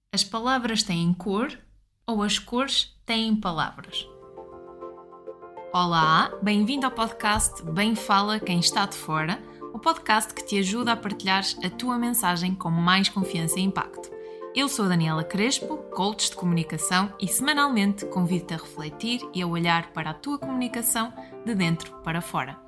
As palavras têm cor ou as cores têm palavras? Olá, bem-vindo ao podcast Bem Fala Quem Está de Fora, o podcast que te ajuda a partilhares a tua mensagem com mais confiança e impacto. Eu sou a Daniela Crespo, coach de comunicação e semanalmente convido-te a refletir e a olhar para a tua comunicação de dentro para fora.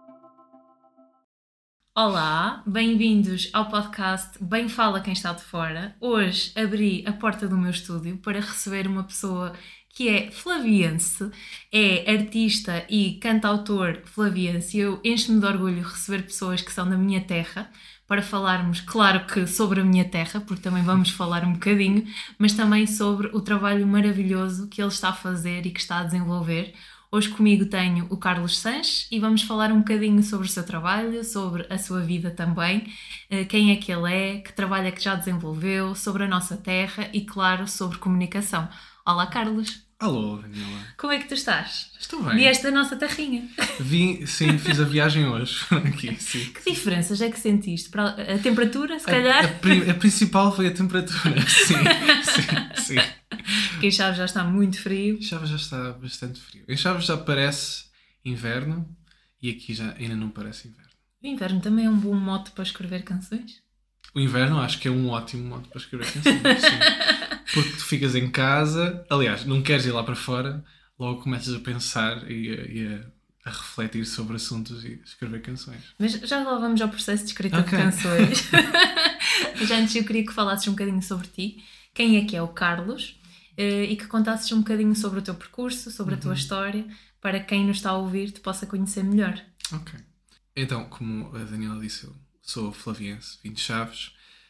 Olá, bem-vindos ao podcast Bem Fala Quem Está de Fora. Hoje abri a porta do meu estúdio para receber uma pessoa que é flaviense, é artista e cantautor flaviense. Eu encho-me de orgulho receber pessoas que são da minha terra para falarmos, claro que sobre a minha terra, porque também vamos falar um bocadinho, mas também sobre o trabalho maravilhoso que ele está a fazer e que está a desenvolver. Hoje comigo tenho o Carlos Sanches e vamos falar um bocadinho sobre o seu trabalho, sobre a sua vida também, quem é que ele é, que trabalho é que já desenvolveu, sobre a nossa terra e, claro, sobre comunicação. Olá, Carlos. Alô, Daniela. Como é que tu estás? Estou bem. Vieste da nossa terrinha. Sim, fiz a viagem hoje. Aqui, sim. Que diferenças é que sentiste? A temperatura, se calhar? A principal foi a temperatura. Sim. Porque em Chaves já está muito frio. Em Chaves já está bastante frio. Em Chaves já parece inverno e aqui já ainda não parece inverno. O inverno também é um bom mote para escrever canções? O inverno acho que é um ótimo modo para escrever canções. Sim. Porque tu ficas em casa, aliás, não queres ir lá para fora, logo começas a pensar e a refletir sobre assuntos e escrever canções. Mas já lá vamos ao processo de escrita de canções. Mas antes eu queria que falasses um bocadinho sobre ti, quem é que é o Carlos, e que contasses um bocadinho sobre o teu percurso, sobre a tua história, para quem nos está a ouvir te possa conhecer melhor. Ok. Então, como a Daniela disse, eu sou flaviense, vim de Chaves,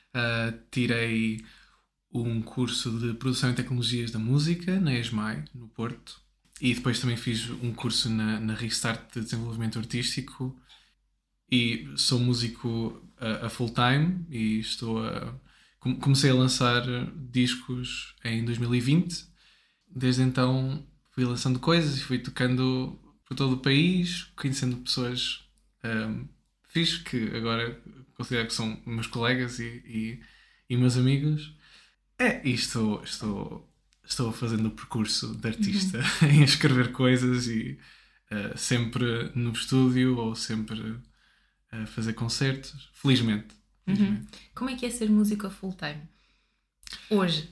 tirei um curso de Produção e Tecnologias da Música na ESMAI, no Porto, e depois também fiz um curso na Restart de Desenvolvimento Artístico e sou músico a full time e comecei a lançar discos em 2020. Desde então fui lançando coisas e fui tocando por todo o país, conhecendo pessoas fixe, que agora considero que são meus colegas e meus amigos. E estou fazendo o percurso de artista em escrever coisas e sempre no estúdio ou sempre a fazer concertos. Felizmente. Como é que é ser músico a full time? Hoje?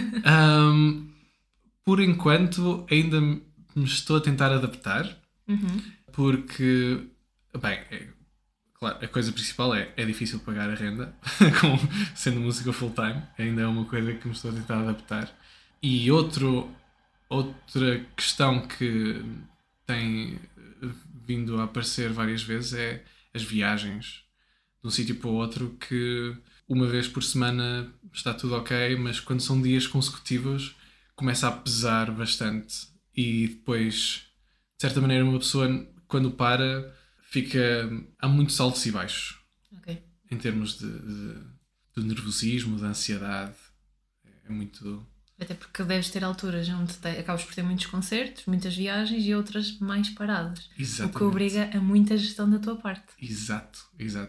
Por enquanto ainda me estou a tentar adaptar, porque, bem, claro, a coisa principal é difícil pagar a renda, sendo música full time, ainda é uma coisa que me estou a tentar adaptar. E outra questão que tem vindo a aparecer várias vezes é as viagens de um sítio para o outro, que uma vez por semana está tudo ok, mas quando são dias consecutivos começa a pesar bastante e depois, de certa maneira, uma pessoa quando para há muitos altos e baixos, em termos de nervosismo, de ansiedade. É muito... Até porque deves ter alturas onde acabas por ter muitos concertos, muitas viagens e outras mais paradas. Exatamente. O que obriga a muita gestão da tua parte. Exato.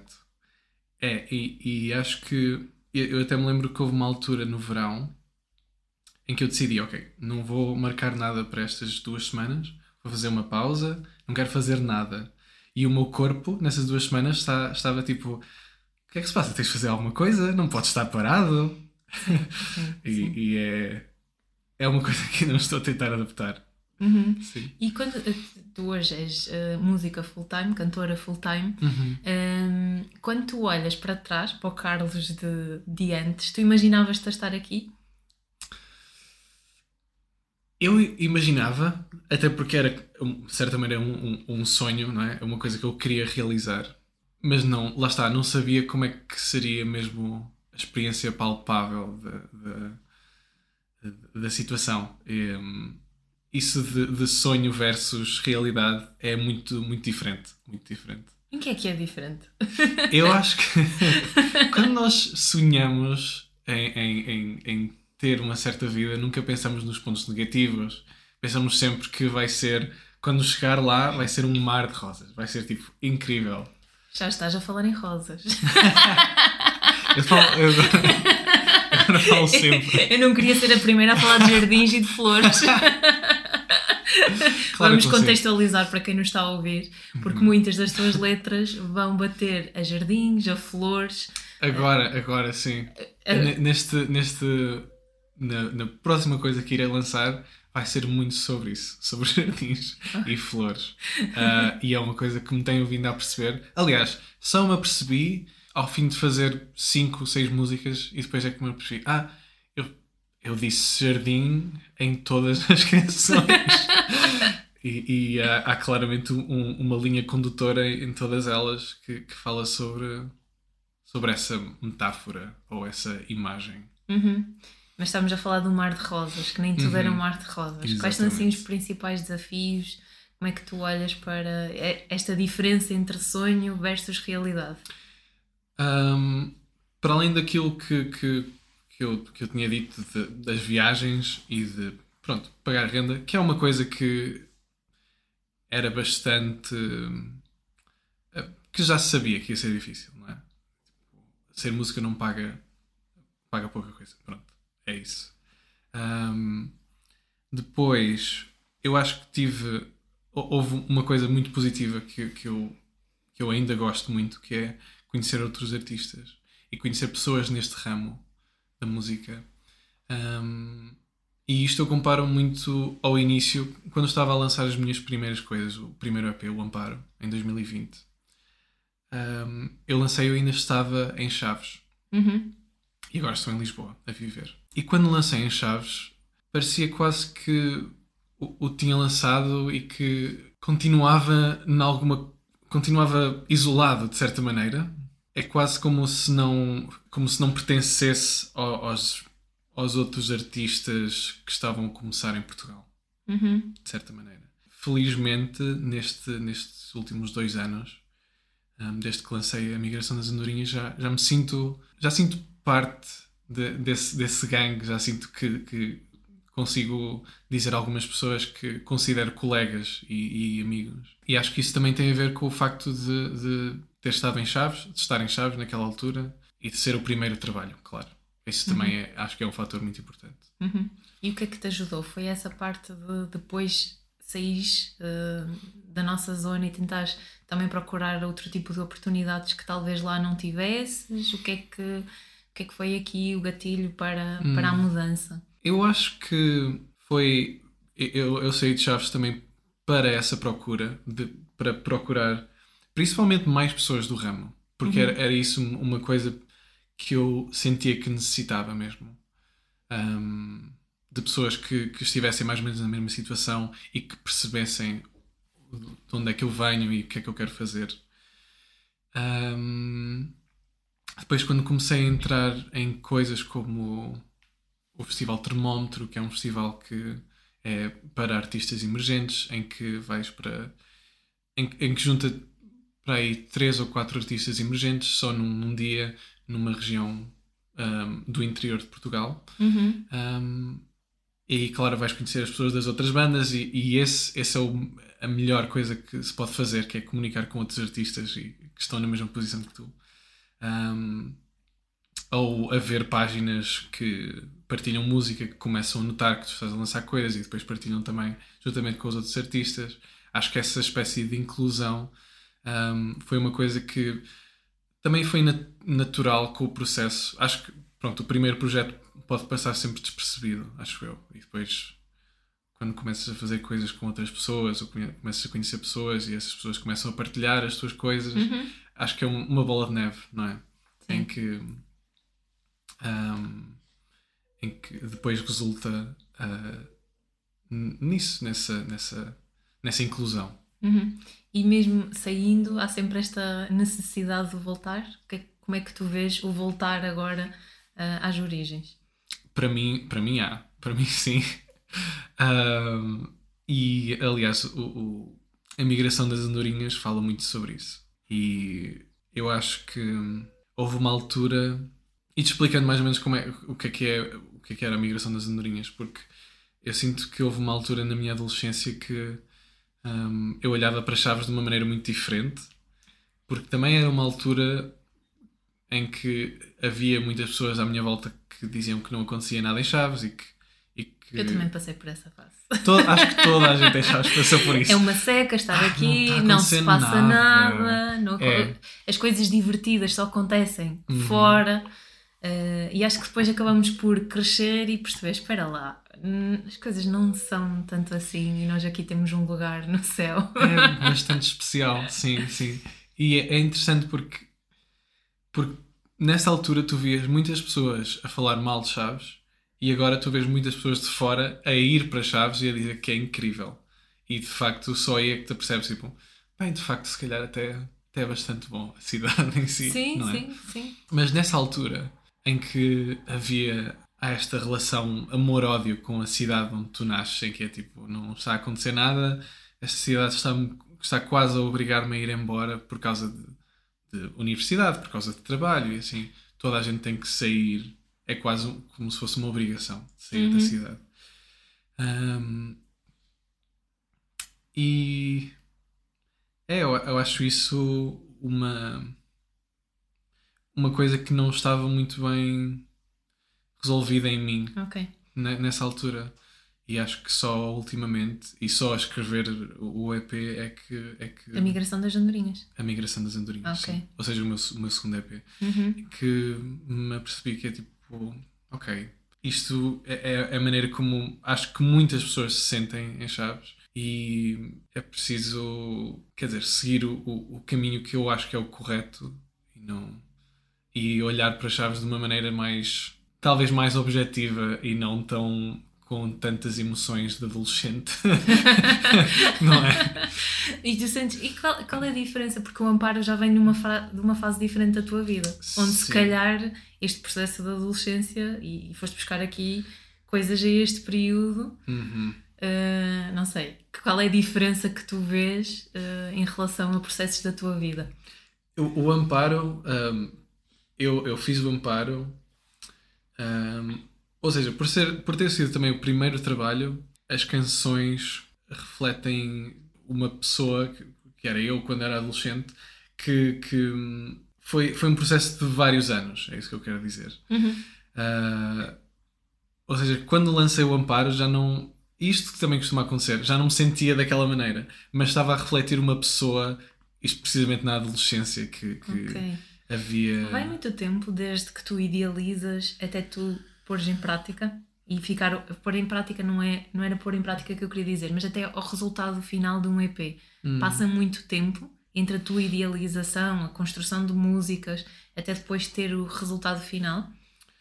E acho que... Eu até me lembro que houve uma altura no verão em que eu decidi, ok, não vou marcar nada para estas 2 semanas, vou fazer uma pausa, não quero fazer nada. E o meu corpo, nessas 2 semanas, estava tipo... O que é que se passa? Tens de fazer alguma coisa? Não podes estar parado? Sim. E é uma coisa que não estou a tentar adaptar. Sim. E quando tu hoje és música full-time, cantora full-time, quando tu olhas para trás, para o Carlos de antes, tu imaginavas-te a estar aqui? Eu imaginava, até porque era, de certa maneira, um sonho, não é? Uma coisa que eu queria realizar. Mas não, lá está, não sabia como é que seria mesmo a experiência palpável da situação. Isso de sonho versus realidade é muito, muito diferente. Muito diferente. Em que é diferente? Eu acho que quando nós sonhamos em ter uma certa vida, nunca pensamos nos pontos negativos. Pensamos sempre que vai ser, quando chegar lá, vai ser um mar de rosas. Vai ser tipo incrível. Já estás a falar em rosas. Agora falo sempre. Eu não queria ser a primeira a falar de jardins e de flores. Claro Vamos que consigo. contextualizar para quem nos está a ouvir, porque muitas das tuas letras vão bater a jardins, a flores. Agora sim. Na próxima coisa que irei lançar vai ser muito sobre isso, sobre jardins e flores. E é uma coisa que me tenho vindo a perceber. Aliás, só me apercebi ao fim de fazer 5 ou 6 músicas e depois é que me apercebi. Eu disse jardim em todas as canções. E há claramente uma linha condutora em todas elas que fala sobre essa metáfora ou essa imagem. Uhum. Mas estamos a falar do mar de rosas, que nem tudo era um mar de rosas. Exatamente. Quais são assim os principais desafios? Como é que tu olhas para esta diferença entre sonho versus realidade? Para além daquilo que eu tinha dito das viagens e de pagar renda, que é uma coisa que era bastante que já se sabia que ia ser difícil, não é? Ser música não paga pouca coisa, pronto, é isso. Depois eu acho que houve uma coisa muito positiva que eu ainda gosto muito, que é conhecer outros artistas e conhecer pessoas neste ramo da música. E isto eu comparo muito ao início, quando eu estava a lançar as minhas primeiras coisas, o primeiro EP, o Amparo, em 2020. Eu ainda estava em Chaves. Uhum. E agora estou em Lisboa, a viver. E quando lancei em Chaves, parecia quase que o tinha lançado e que continuava isolado, de certa maneira. É quase como se não pertencesse aos outros artistas que estavam a começar em Portugal. Uhum. De certa maneira. Felizmente, nestes últimos 2 anos, desde que lancei a Migração das Andorinhas, já sinto parte desse gangue, já sinto que consigo dizer a algumas pessoas que considero colegas e amigos. E acho que isso também tem a ver com o facto de ter estado em Chaves, de estar em Chaves naquela altura e de ser o primeiro trabalho, claro. Isso também acho que é um fator muito importante. Uhum. E o que é que te ajudou? Foi essa parte de depois saís da nossa zona e tentares também procurar outro tipo de oportunidades que talvez lá não tivesses? O que é que foi aqui o gatilho para a mudança? Eu acho que foi... Eu saí de Chaves também para essa procura, para procurar principalmente mais pessoas do ramo. Porque era isso uma coisa que eu sentia que necessitava mesmo. De pessoas que estivessem mais ou menos na mesma situação e que percebessem de onde é que eu venho e o que é que eu quero fazer. Depois, quando comecei a entrar em coisas como o Festival Termómetro, que é um festival que é para artistas emergentes, em que vais em que junta para aí 3 ou 4 artistas emergentes só num dia, numa região do interior de Portugal. E claro, vais conhecer as pessoas das outras bandas e esse é a melhor coisa que se pode fazer, que é comunicar com outros artistas que estão na mesma posição que tu. Ou haver páginas que partilham música, que começam a notar que tu estás a lançar coisas e depois partilham também juntamente com os outros artistas. Acho que essa espécie de inclusão foi uma coisa que também foi natural com o processo. Acho que o primeiro projeto pode passar sempre despercebido, acho eu. E depois, quando começas a fazer coisas com outras pessoas, ou começas a conhecer pessoas e essas pessoas começam a partilhar as tuas coisas, acho que é uma bola de neve, não é? Sim. Em que depois resulta nisso, nessa inclusão. E mesmo saindo, há sempre esta necessidade de voltar? Como é que tu vês o voltar agora às origens? Para mim há. Para mim sim. E aliás, a Migração das Andorinhas fala muito sobre isso. E eu acho que houve uma altura, e te explicando mais ou menos o que era a Migração das Andorinhas, porque eu sinto que houve uma altura na minha adolescência que eu olhava para Chaves de uma maneira muito diferente, porque também era uma altura em que havia muitas pessoas à minha volta que diziam que não acontecia nada em Chaves e que eu também passei por essa fase. Acho que toda a gente em Chaves passou por isso. É uma seca estar aqui, não não está a se passa acontecer nada, não É. as coisas divertidas só acontecem fora. E acho que depois acabamos por crescer e perceber, espera lá, as coisas não são tanto assim e nós aqui temos um lugar no céu. É bastante especial, sim. E é interessante porque nessa altura tu vias muitas pessoas a falar mal de Chaves e agora tu vês muitas pessoas de fora a ir para Chaves e a dizer que é incrível. E de facto só aí é que tu percebes, tipo, bem, de facto se calhar até é bastante bom a cidade em si, Sim, não é? sim. Mas nessa altura em que há esta relação amor-ódio com a cidade onde tu nasces, em que é tipo, não está a acontecer nada, esta cidade está quase a obrigar-me a ir embora por causa de universidade, por causa de trabalho e assim, toda a gente tem que sair, é quase como se fosse uma obrigação de sair da cidade. E eu acho isso uma coisa que não estava muito bem resolvida em mim nessa altura. E acho que só ultimamente, e só a escrever o EP é que A migração das andorinhas. A migração das andorinhas, Ok. sim. Ou seja, o meu segundo EP. Que me apercebi que é tipo, ok, isto é a maneira como acho que muitas pessoas se sentem em Chaves e é preciso, quer dizer, seguir o caminho que eu acho que é o correto e olhar para Chaves de uma maneira talvez mais objetiva e não tão com tantas emoções de adolescente. Não é? E tu sentes, qual é a diferença? Porque o Amparo já vem de uma fase diferente da tua vida, onde se calhar este processo da adolescência e foste buscar aqui coisas a este período. Não sei, qual é a diferença que tu vês em relação a processos da tua vida? O Amparo, eu fiz o Amparo, ou seja, por ter sido também o primeiro trabalho, as canções refletem uma pessoa que era eu quando era adolescente, que foi um processo de vários anos, é isso que eu quero dizer. Ou seja, quando lancei o Amparo já não... Isto que também costuma acontecer, já não me sentia daquela maneira, mas estava a refletir uma pessoa, isto precisamente na adolescência, que havia... Vai muito tempo desde que tu idealizas até tu pôres em prática e pôr em prática não era pôr em prática que eu queria dizer, mas até ao resultado final de um EP. Passa muito tempo entre a tua idealização, a construção de músicas, até depois ter o resultado final?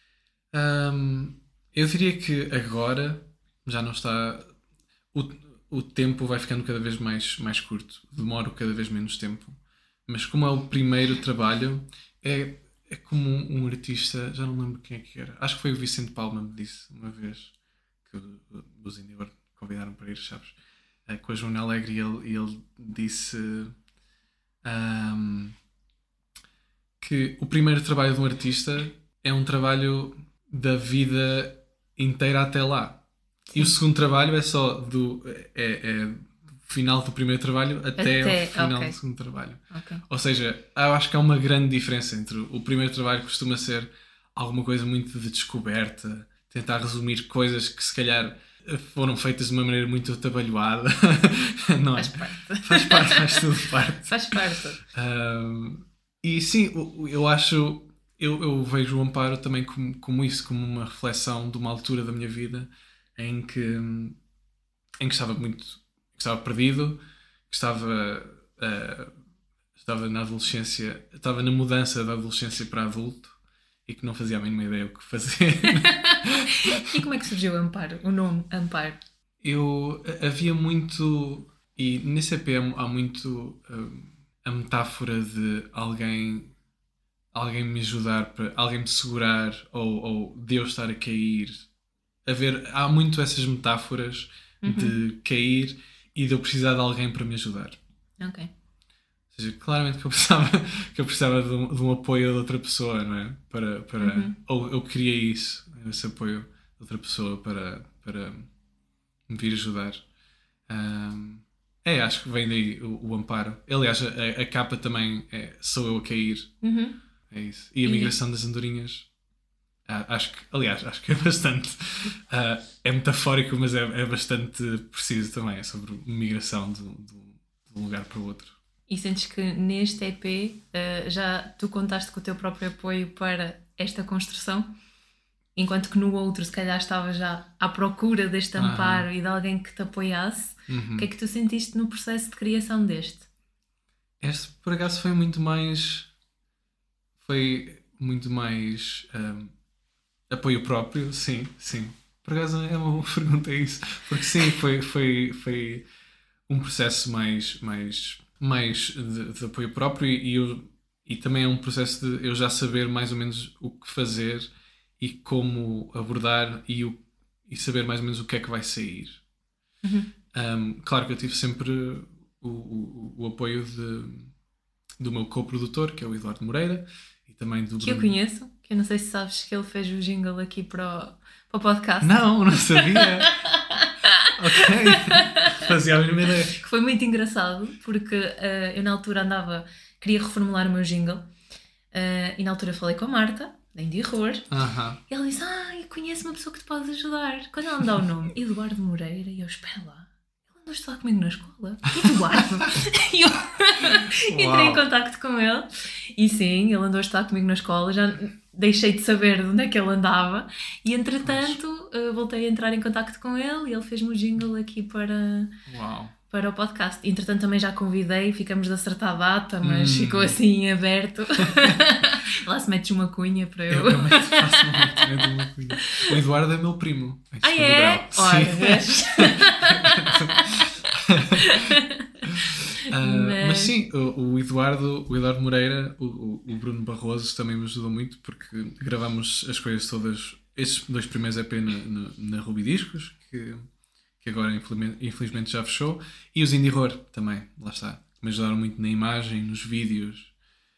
Eu diria que agora já não está... O tempo vai ficando cada vez mais curto. Demoro cada vez menos tempo. Mas como é o primeiro trabalho, é como um artista... Já não lembro quem é que era. Acho que foi o Vicente Palma me disse uma vez que os Indie convidaram para ir, Chaves, com a Joana Alegre e ele disse que o primeiro trabalho de um artista é um trabalho da vida inteira até lá. Sim. E o segundo trabalho é só do final do primeiro trabalho até ao final do segundo trabalho. Ou seja, eu acho que há uma grande diferença entre o primeiro trabalho, que costuma ser alguma coisa muito de descoberta, tentar resumir coisas que se calhar foram feitas de uma maneira muito atabalhoada. Não é? Faz parte. Faz tudo parte. Faz parte. E sim, eu acho... Eu vejo o Amparo também como isso, como uma reflexão de uma altura da minha vida em que estava perdido, que estava na adolescência, estava na mudança da adolescência para adulto e que não fazia a mínima ideia o que fazer. E como é que surgiu o Amparo, o nome Amparo? Havia muito, e nesse EP há muito a metáfora de alguém me ajudar, alguém me segurar ou Deus estar a cair. Há muito essas metáforas de cair e de eu precisar de alguém para me ajudar. Ok. Ou seja, claramente que eu precisava de um apoio de outra pessoa, não é? Ou eu queria esse apoio de outra pessoa para me vir ajudar. Acho que vem daí o Amparo. Aliás, a capa também sou eu a cair. é isso. E a migração das andorinhas, acho que é bastante, é metafórico, mas é bastante preciso também, é sobre migração de um lugar para o outro. E sentes que neste EP já tu contaste com o teu próprio apoio para esta construção? Enquanto que no outro, se calhar, estava já à procura deste amparo e de alguém que te apoiasse. O que é que tu sentiste no processo de criação deste? Este, por acaso, foi muito mais apoio próprio, sim. Por acaso é uma boa pergunta isso. Porque sim, foi um processo mais de apoio próprio e também é um processo de eu já saber mais ou menos o que fazer e como abordar e saber mais ou menos o que é que vai sair. Claro que eu tive sempre o apoio do meu co-produtor, que é o Eduardo Moreira, e também do que Bruno. Eu conheço, que eu não sei se sabes que ele fez o jingle aqui para o podcast. Não sabia. Ok, fazia a mesma ideia. Que foi muito engraçado, porque eu na altura queria reformular o meu jingle, e na altura falei com a Marta, da Indie Horror, e ela disse, eu conheço uma pessoa que te pode ajudar. Quando ela me dá o nome, Eduardo Moreira, e eu, espera lá, ele andou a estudar comigo na escola? Eduardo? E eu entrei em contacto com ele, e sim, ele andou a estudar comigo na escola, já deixei de saber de onde é que ele andava, e entretanto voltei a entrar em contacto com ele, e ele fez-me o jingle aqui para o podcast. Entretanto também já convidei, ficamos de acertar a data, mas ficou assim em aberto. Lá se metes uma cunha para eu. Eu também faço muito uma cunha. O Eduardo é meu primo. É? Ora, vês? Mas sim, o Eduardo Moreira, o Bruno Barroso também me ajudou muito porque gravamos as coisas todas, esses 2 primeiros EP na Ruby Discos, que agora infelizmente já fechou, e os Indie Horror também, lá está, me ajudaram muito na imagem, nos vídeos,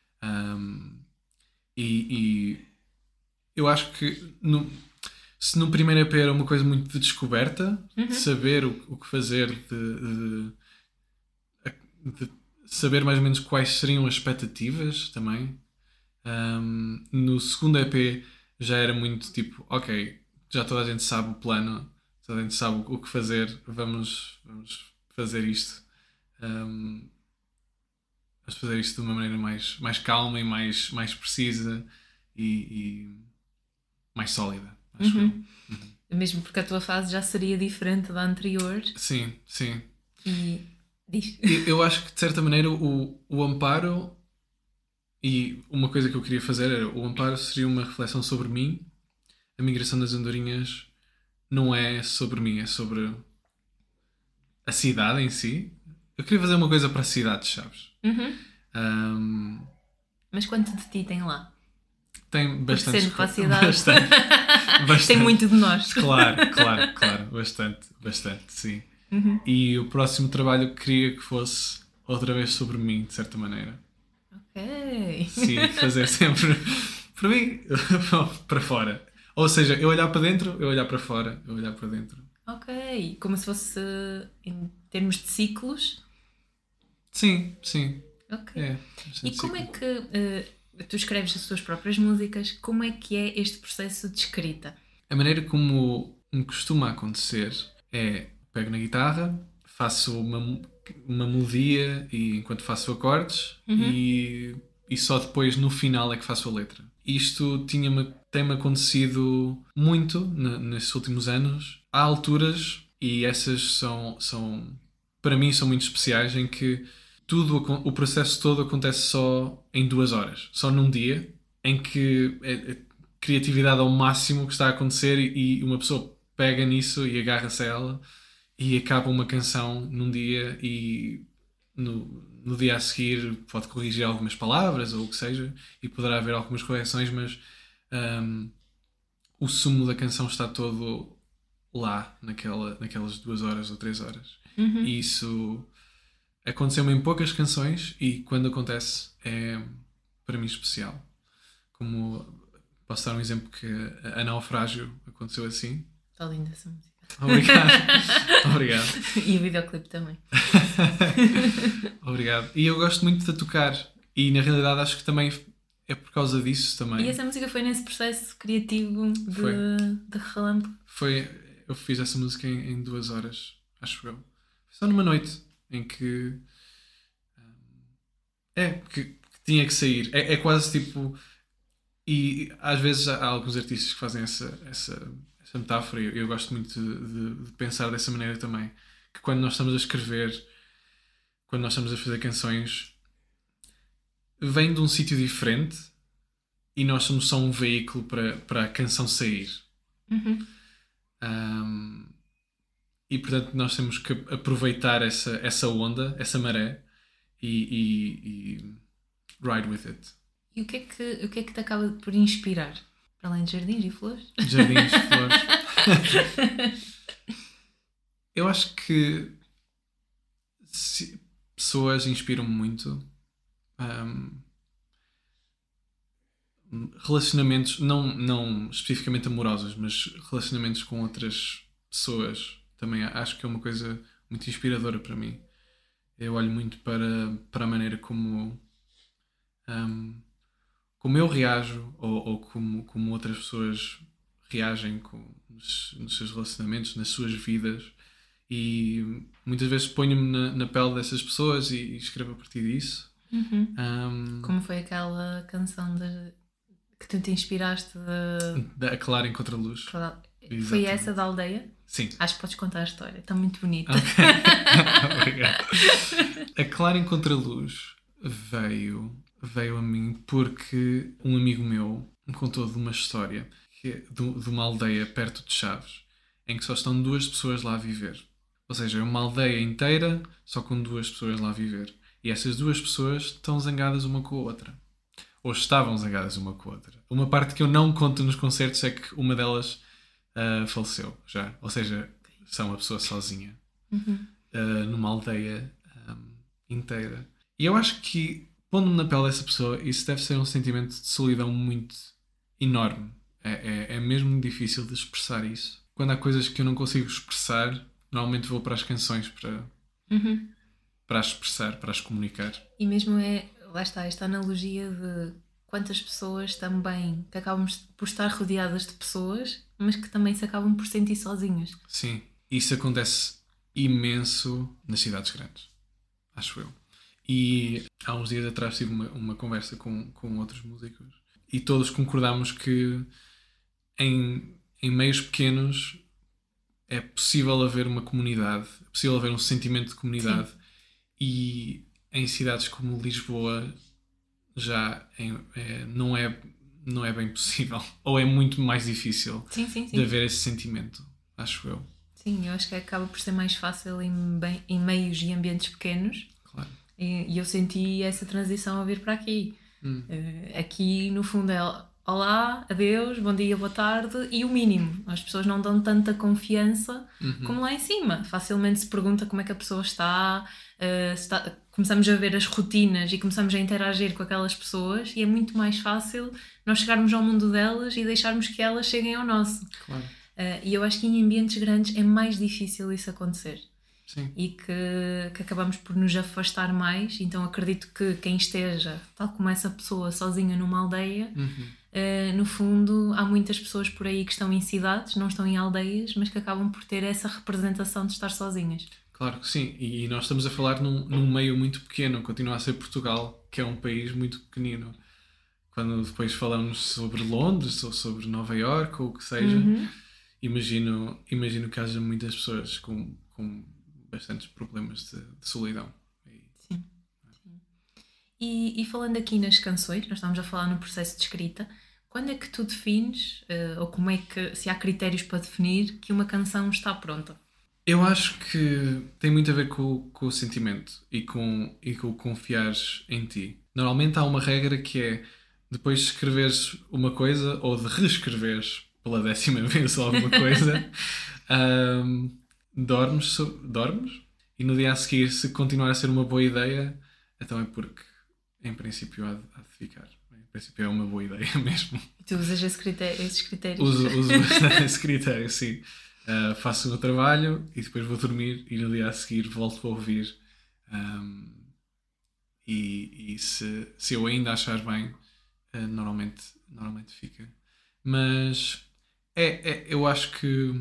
e eu acho que se no primeiro EP era uma coisa muito de descoberta, de saber o que fazer, de saber mais ou menos quais seriam as expectativas também, no segundo EP já era muito tipo, ok, já toda a gente sabe o plano, toda a gente sabe o que fazer, vamos fazer isto, vamos fazer isto de uma maneira mais calma e mais precisa e mais sólida, acho eu. Mesmo porque a tua fase já seria diferente da anterior. Sim. E diz. Eu acho que de certa maneira o amparo, e uma coisa que eu queria fazer era, o amparo seria uma reflexão sobre mim, a migração das andorinhas não é sobre mim, é sobre a cidade em si. Eu queria fazer uma coisa para a cidade, sabes? Mas quanto de ti tem lá? Tem bastante. Sendo para a cidade. Bastante. Tem muito de nós. Claro. Bastante, sim. E o próximo trabalho queria que fosse outra vez sobre mim, de certa maneira. Ok. Sim, fazer sempre para mim, para fora. Ou seja, eu olhar para dentro, eu olhar para fora, eu olhar para dentro. Ok. Como se fosse em termos de ciclos. Sim. Ok. E como é que tu escreves as tuas próprias músicas? Como é que é este processo de escrita? A maneira como me costuma acontecer é, pego na guitarra, faço uma melodia e enquanto faço acordes e só depois no final é que faço a letra. Isto tem-me acontecido muito nesses últimos anos. Há alturas, e essas são para mim são muito especiais, em que o processo todo acontece só em 2 horas, só num dia, em que é criatividade ao máximo que está a acontecer e uma pessoa pega nisso e agarra-se a ela e acaba uma canção num dia e no dia a seguir pode corrigir algumas palavras ou o que seja e poderá haver algumas correções, mas o sumo da canção está todo lá naquelas 2 horas ou 3 horas. E isso aconteceu-me em poucas canções e quando acontece é para mim especial. Como posso dar um exemplo que a Naufrágio aconteceu assim. Está linda essa música. Obrigado. E o videoclipe também. Obrigado. E eu gosto muito de tocar e na realidade acho que também é por causa disso também. E essa música foi nesse processo criativo de relâmpago? Eu fiz essa música em 2 horas, acho eu. Só numa noite em que que tinha que sair. É quase tipo. E às vezes há alguns artistas que fazem essa metáfora, e eu gosto muito de pensar dessa maneira também. Que quando nós estamos a escrever, quando nós estamos a fazer canções, vem de um sítio diferente e nós somos só um veículo para a canção sair. Uhum. E portanto nós temos que aproveitar essa onda, essa maré e ride with it. E o que é que te acaba por inspirar? Para além de jardins e flores? Jardins, flores. Eu acho que pessoas inspiram-me muito. Relacionamentos, não especificamente amorosos, mas relacionamentos com outras pessoas também acho que é uma coisa muito inspiradora para mim. Eu olho muito para a maneira como eu reajo ou como outras pessoas reagem nos seus relacionamentos, nas suas vidas, e muitas vezes ponho-me na pele dessas pessoas e escrevo a partir disso. Uhum. Como foi aquela canção que tu te inspiraste A Clara Encontra Luz. Foi essa da Aldeia? Sim. Acho que podes contar a história, está muito bonita. Okay. Obrigado. A Clara Encontra Luz veio a mim porque um amigo meu me contou de uma história de uma aldeia perto de Chaves, em que só estão 2 pessoas lá a viver. Ou seja, é uma aldeia inteira só com 2 pessoas lá a viver. E essas 2 pessoas estão zangadas uma com a outra. Ou estavam zangadas uma com a outra. Uma parte que eu não conto nos concertos é que uma delas faleceu já. Ou seja, são uma pessoa sozinha. Numa aldeia inteira. E eu acho que, pondo-me na pele dessa pessoa, isso deve ser um sentimento de solidão muito enorme. É mesmo difícil de expressar isso. Quando há coisas que eu não consigo expressar, normalmente vou para as canções para as expressar, para as comunicar. E mesmo lá está, esta analogia de quantas pessoas também que acabam por estar rodeadas de pessoas, mas que também se acabam por sentir sozinhas. Sim, isso acontece imenso nas cidades grandes, acho eu. E há uns dias atrás tive uma conversa com outros músicos e todos concordámos que em meios pequenos é possível haver uma comunidade, é possível haver um sentimento de comunidade. Sim. E em cidades como Lisboa já não é bem possível, ou é muito mais difícil de haver esse sentimento, acho eu. Sim, eu acho que acaba por ser mais fácil em meios e ambientes pequenos. Claro. E eu senti essa transição a vir para aqui. Aqui, no fundo, é olá, adeus, bom dia, boa tarde, e o mínimo. As pessoas não dão tanta confiança como lá em cima. Facilmente se pergunta como é que a pessoa está, começamos a ver as rotinas e começamos a interagir com aquelas pessoas, e é muito mais fácil nós chegarmos ao mundo delas e deixarmos que elas cheguem ao nosso. Claro. E eu acho que em ambientes grandes é mais difícil isso acontecer. Sim. E que acabamos por nos afastar mais. Então acredito que quem esteja, tal como essa pessoa, sozinha numa aldeia, no fundo há muitas pessoas por aí que estão em cidades, não estão em aldeias, mas que acabam por ter essa representação de estar sozinhas. Claro que sim, e nós estamos a falar num meio muito pequeno, continua a ser Portugal, que é um país muito pequenino. Quando depois falamos sobre Londres ou sobre Nova Iorque ou o que seja, imagino que haja muitas pessoas com bastantes problemas de solidão. Sim. E falando aqui nas canções, nós estamos a falar no processo de escrita, quando é que tu defines, ou como é que, se há critérios para definir que uma canção está pronta? Eu acho que tem muito a ver com o sentimento e com o confiares em ti. Normalmente há uma regra que é, depois de escreveres uma coisa ou de reescreveres pela 10ª vez alguma coisa, dormes e no dia a seguir, se continuar a ser uma boa ideia, então é porque em princípio há de ficar. Em princípio é uma boa ideia mesmo. E tu usas esses critérios? Uso bastante esse critério, sim. Faço o meu trabalho e depois vou dormir e no dia a seguir volto a ouvir. E se eu ainda achar bem, normalmente fica. Mas eu acho que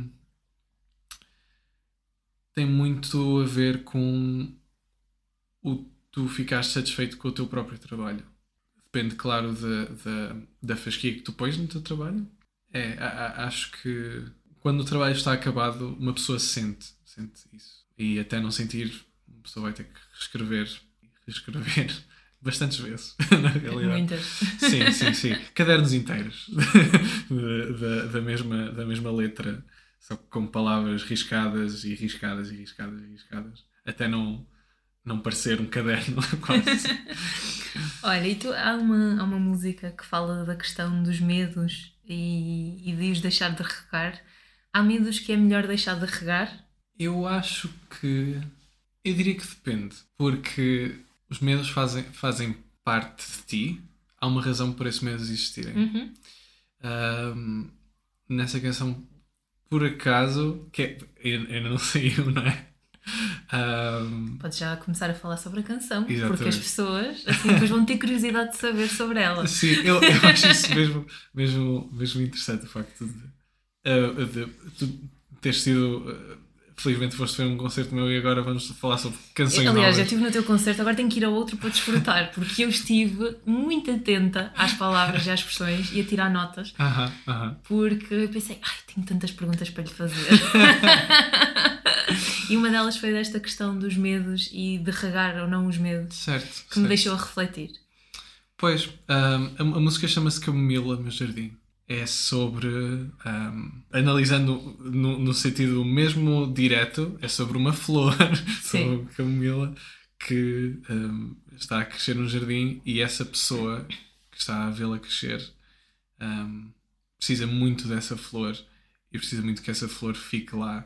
tem muito a ver com tu ficares satisfeito com o teu próprio trabalho. Depende, claro, da fasquia que tu pões no teu trabalho. Acho que quando o trabalho está acabado, uma pessoa sente isso. E até não sentir, uma pessoa vai ter que reescrever bastantes vezes, na realidade. Muitas. Sim. Cadernos inteiros da mesma letra, só com palavras riscadas e riscadas e riscadas e riscadas, até não parecer um caderno quase. Olha, e há uma música que fala da questão dos medos e de os deixar de regar. Há medos que é melhor deixar de regar? Eu acho que... Eu diria que depende, porque os medos fazem parte de ti. Há uma razão por esses medos existirem. Uhum. Nessa canção, por acaso, que ainda não saiu, não é? Podes já começar a falar sobre a canção, Exatamente. porque as pessoas assim, depois vão ter curiosidade de saber sobre ela. Sim, eu acho isso mesmo interessante, o facto de tu teres sido... Felizmente foste ver um concerto meu e agora vamos falar sobre canções novas. Aliás, eu estive no teu concerto, agora tenho que ir a outro para desfrutar, porque eu estive muito atenta às palavras e às expressões e a tirar notas, porque eu pensei, tenho tantas perguntas para lhe fazer. E uma delas foi desta questão dos medos e de regar ou não os medos, certo, que me deixou a refletir. Pois, a música chama-se Camomila, meu jardim. É sobre, analisando no sentido mesmo direto, é sobre uma flor, sobre a camomila, que está a crescer num jardim e essa pessoa que está a vê-la crescer precisa muito dessa flor e precisa muito que essa flor fique lá.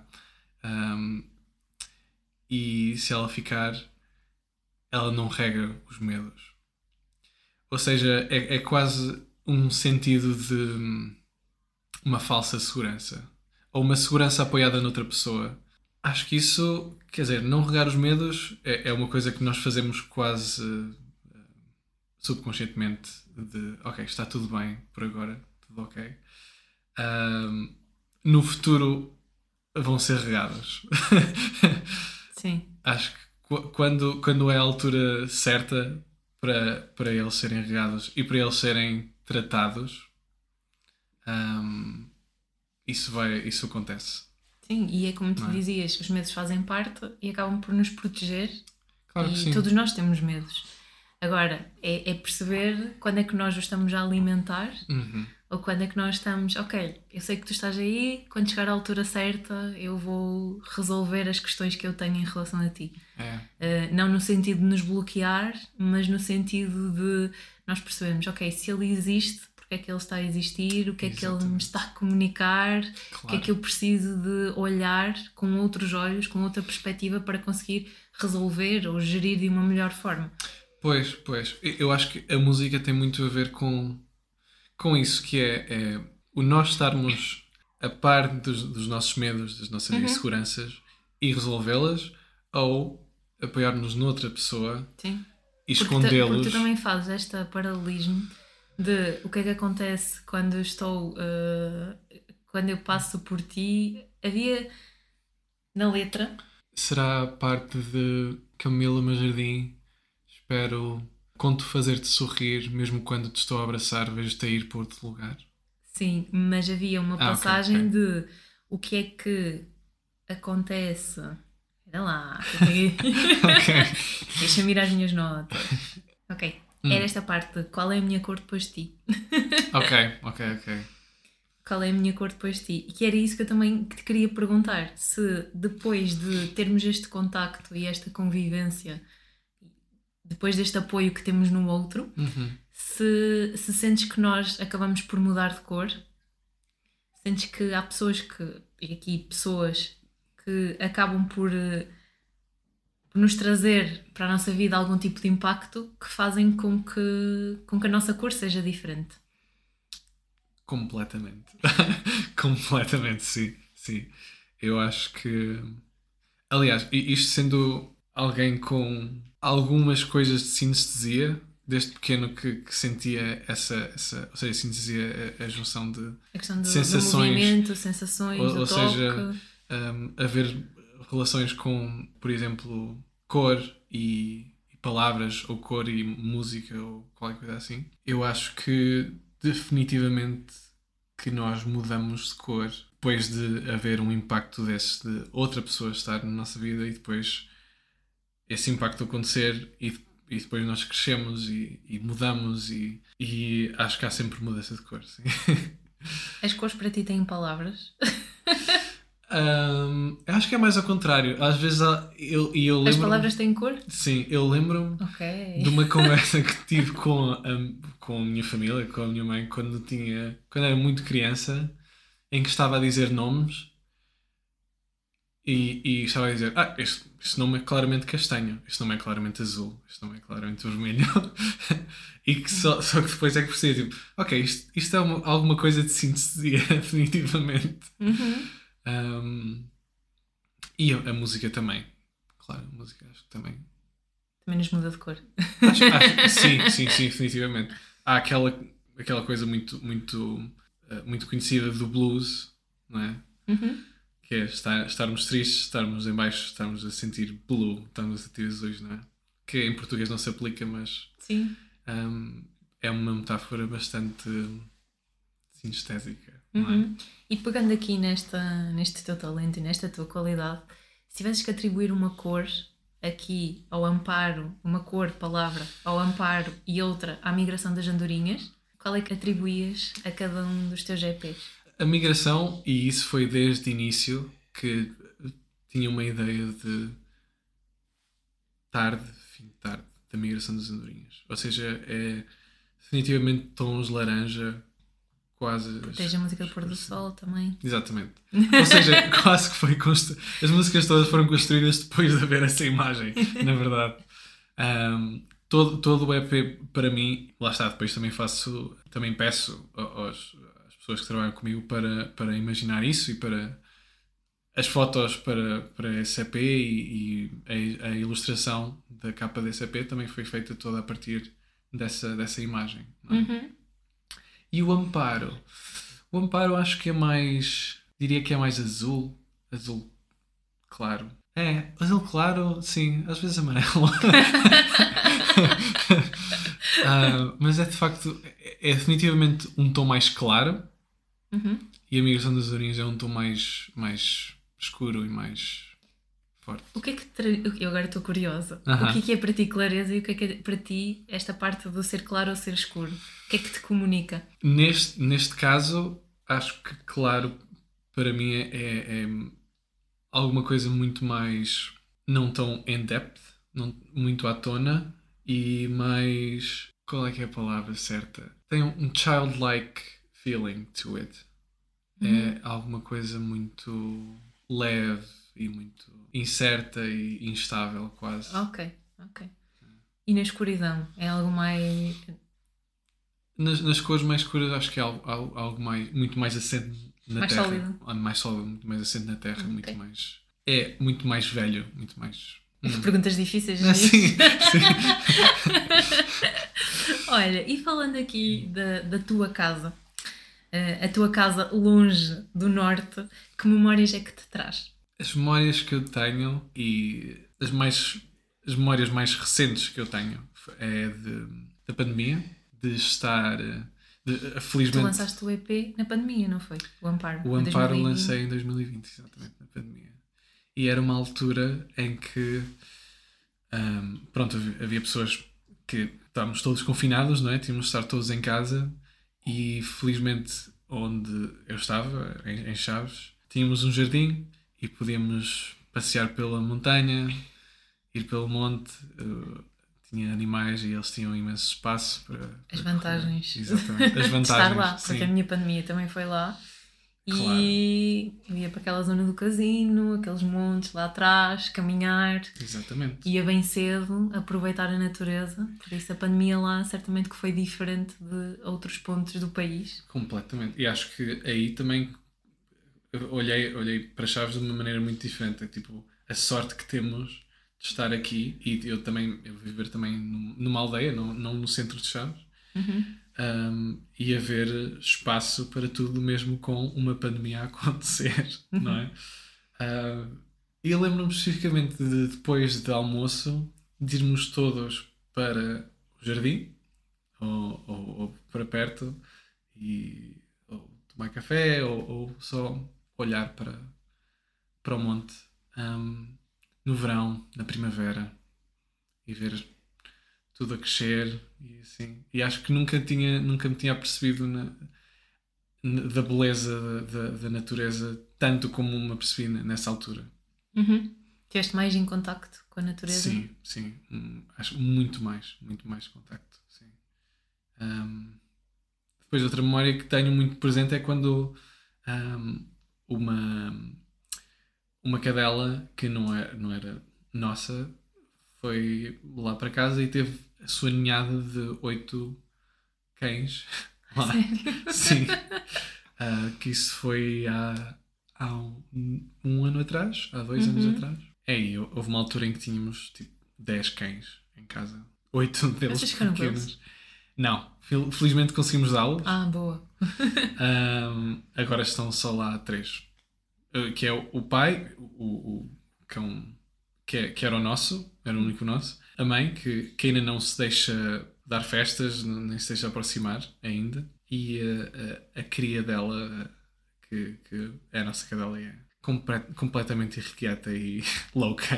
E se ela ficar, ela não rega os medos. Ou seja, é quase um sentido de uma falsa segurança. Ou uma segurança apoiada noutra pessoa. Acho que isso, quer dizer, não regar os medos é uma coisa que nós fazemos quase subconscientemente de, ok, está tudo bem por agora, tudo ok. No futuro vão ser regados. Sim. Acho que quando é a altura certa para eles serem regados e para eles serem tratados, isso acontece. Sim, e é como tu dizias, os medos fazem parte e acabam por nos proteger. Claro que sim. E todos nós temos medos. Agora, é perceber quando é que nós o estamos a alimentar ou quando é que nós estamos, ok, eu sei que tu estás aí, quando chegar à altura certa eu vou resolver as questões que eu tenho em relação a ti. Não no sentido de nos bloquear, mas no sentido de nós percebermos, ok, se ele existe, porque é que ele está a existir, o que é que ele me está a comunicar, o que é que eu preciso de olhar com outros olhos, com outra perspectiva para conseguir resolver ou gerir de uma melhor forma. Pois, eu acho que a música tem muito a ver com isso, que é o nós estarmos a par dos nossos medos, das nossas inseguranças e resolvê-las, ou apoiar-nos noutra pessoa. Sim. E escondê-los. Porque tu também fazes este paralelismo de o que é que acontece quando quando eu passo por ti. Havia na letra. Será parte de Camila, meu jardim, espero conto fazer-te sorrir, mesmo quando te estou a abraçar, vejo-te a ir para outro lugar. Sim, mas havia uma passagem de o que é que acontece. Espera lá. Deixa-me ir às minhas notas. Ok. Era esta parte de qual é a minha cor depois de ti. Ok. Qual é a minha cor depois de ti? E que era isso que eu também te queria perguntar. Se depois de termos este contacto e esta convivência, depois deste apoio que temos no outro, se sentes que nós acabamos por mudar de cor, sentes que há pessoas que acabam por nos trazer para a nossa vida algum tipo de impacto que fazem com que a nossa cor seja diferente. Completamente. Completamente, sim. Eu acho que... Aliás, isto sendo alguém com algumas coisas de sinestesia, desde pequeno que sentia ou seja, assim dizia a junção de A questão do sensações, movimento, sensações, do ou toque. seja, haver relações com, por exemplo, cor e palavras, ou cor e música, ou qualquer coisa assim. Eu acho que definitivamente que nós mudamos de cor depois de haver um impacto desse, de outra pessoa estar na nossa vida, e depois esse impacto acontecer, e depois nós crescemos e mudamos, e acho que há sempre mudança de cor. Sim. As cores para ti têm palavras? Eu acho que é mais ao contrário. Às vezes eu lembro. As palavras têm cor? Sim, eu lembro-me de uma conversa que tive com a minha família, com a minha mãe, quando era muito criança, em que estava a dizer nomes e estava a dizer: este nome é claramente castanho, este nome é claramente azul, este nome é claramente vermelho. E que só que depois é que percebi, tipo, ok, isto é alguma coisa de sintesia, definitivamente. E a música também. Claro, a música acho que também. Também nos muda de cor. Sim, definitivamente. Há aquela coisa muito, muito, muito conhecida do blues, não é? Que é estarmos tristes, estarmos em baixo, estarmos a sentir blue, estarmos a sentir azuis, não é? Que em português não se aplica, mas sim. É uma metáfora bastante sinestésica. Não é? E pegando aqui neste teu talento e nesta tua qualidade, se tivesses que atribuir uma cor aqui ao Amparo, uma cor, palavra, ao Amparo e outra à migração das andorinhas, qual é que atribuías a cada um dos teus EPs? A migração, e isso foi desde o início, que tinha uma ideia de fim de tarde, da migração das andorinhas. Ou seja, é definitivamente tons laranja, quase... Protege a música do pôr do sol também. Exatamente. Ou seja, quase que foi as músicas todas foram construídas depois de haver essa imagem, na verdade. Todo o EP, para mim, lá está, depois também peço às pessoas que trabalham comigo para imaginar isso, e para as fotos para esse EP, e a ilustração da capa desse EP também foi feita toda a partir dessa imagem. Não é? E o Amparo acho que é mais, diria que é mais azul claro. Azul claro, sim, às vezes amarelo. Mas é de facto, é definitivamente um tom mais claro, e a migração das andorinhas é um tom mais escuro e mais forte. O que é que eu agora estou curiosa. O que é para ti clareza, e o que é para ti esta parte do ser claro ou ser escuro? O que é que te comunica? Neste caso, acho que claro para mim é alguma coisa muito mais, não tão in-depth, não, muito à tona, e mais, qual é que é a palavra certa? Tem um childlike feeling to it. É alguma coisa muito leve e muito incerta e instável, quase. Ok. E na escuridão? É algo mais... Nas cores mais escuras, acho que é algo muito mais assente na mais terra. Sólido. Mais sólido, muito mais assente na terra, muito mais velho, muito mais... Perguntas difíceis. Sim. Olha, e falando aqui da tua casa, a tua casa longe do norte, que memórias é que te traz? As memórias que eu tenho, e as memórias mais recentes que eu tenho, é da pandemia, de estar... felizmente... Tu lançaste o EP na pandemia, não foi? O Amparo. O Amparo lancei em 2020, exatamente, na pandemia. E era uma altura em que havia pessoas que estávamos todos confinados, não é? Tínhamos de estar todos em casa, e felizmente onde eu estava, em Chaves, tínhamos um jardim e podíamos passear pela montanha, ir pelo monte, tinha animais e eles tinham imenso espaço para as vantagens. Exatamente, as vantagens. Estar lá, sim. porque a minha pandemia também foi lá. Claro. E eu ia para aquela zona do casino, aqueles montes lá atrás, caminhar. Exatamente. Ia bem cedo, aproveitar a natureza. Por isso a pandemia lá certamente que foi diferente de outros pontos do país. Completamente. E acho que aí também olhei para Chaves de uma maneira muito diferente. É tipo, a sorte que temos de de estar aqui e eu viver também numa aldeia, não no centro de Chaves, e haver espaço para tudo, mesmo com uma pandemia a acontecer, não é? E eu lembro-me especificamente de depois de almoço de irmos todos para o jardim ou para perto e ou tomar café ou só olhar para o monte no verão, na primavera e ver tudo a crescer e assim. E acho que nunca me tinha apercebido da beleza da natureza tanto como me apercebi nessa altura. Estiveste mais em contacto com a natureza? Sim. Acho muito mais contacto. Sim. Depois outra memória que tenho muito presente é quando uma cadela que não era nossa foi lá para casa e teve a sua ninhada de 8 cães lá. Sério? Sim. Que isso foi há um ano atrás, há 2 anos atrás. Houve uma altura em que tínhamos tipo 10 cães em casa. 8 deles Vocês ficaram com pequenos. eles? Não, felizmente conseguimos dá-los. Boa. Agora estão só lá 3. Que é o pai, o cão que era o nosso, era o único nosso. A mãe, que ainda não se deixa dar festas, nem se deixa aproximar ainda. E a cria dela, que é a nossa cadela, é completamente irrequieta e louca.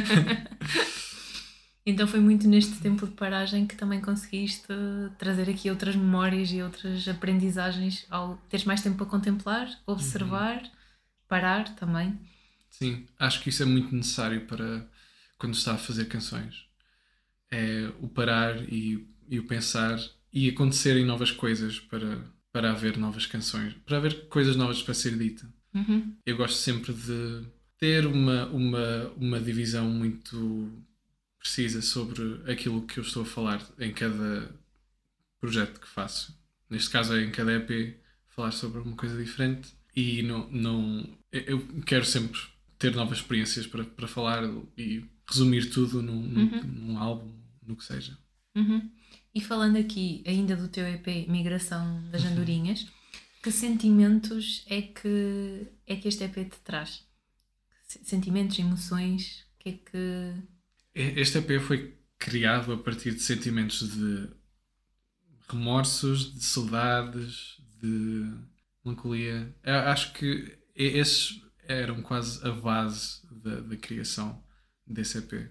Então foi muito neste tempo de paragem que também conseguiste trazer aqui outras memórias e outras aprendizagens ao teres mais tempo para contemplar, observar, parar também. Sim, acho que isso é muito necessário para quando se está a fazer canções. É o parar e o pensar e acontecerem novas coisas para haver novas canções, para haver coisas novas para ser dita. Eu gosto sempre de ter uma divisão muito precisa sobre aquilo que eu estou a falar em cada projeto que faço. Neste caso é em cada EP falar sobre uma coisa diferente e eu quero sempre ter novas experiências para falar e resumir tudo num álbum, no que seja. E falando aqui ainda do teu EP Migração das Andorinhas, que sentimentos é que este EP te traz? Sentimentos, emoções, o que é que... Este EP foi criado a partir de sentimentos de remorsos, de saudades, de melancolia. Eu acho que esses eram quase a base da criação desse EP.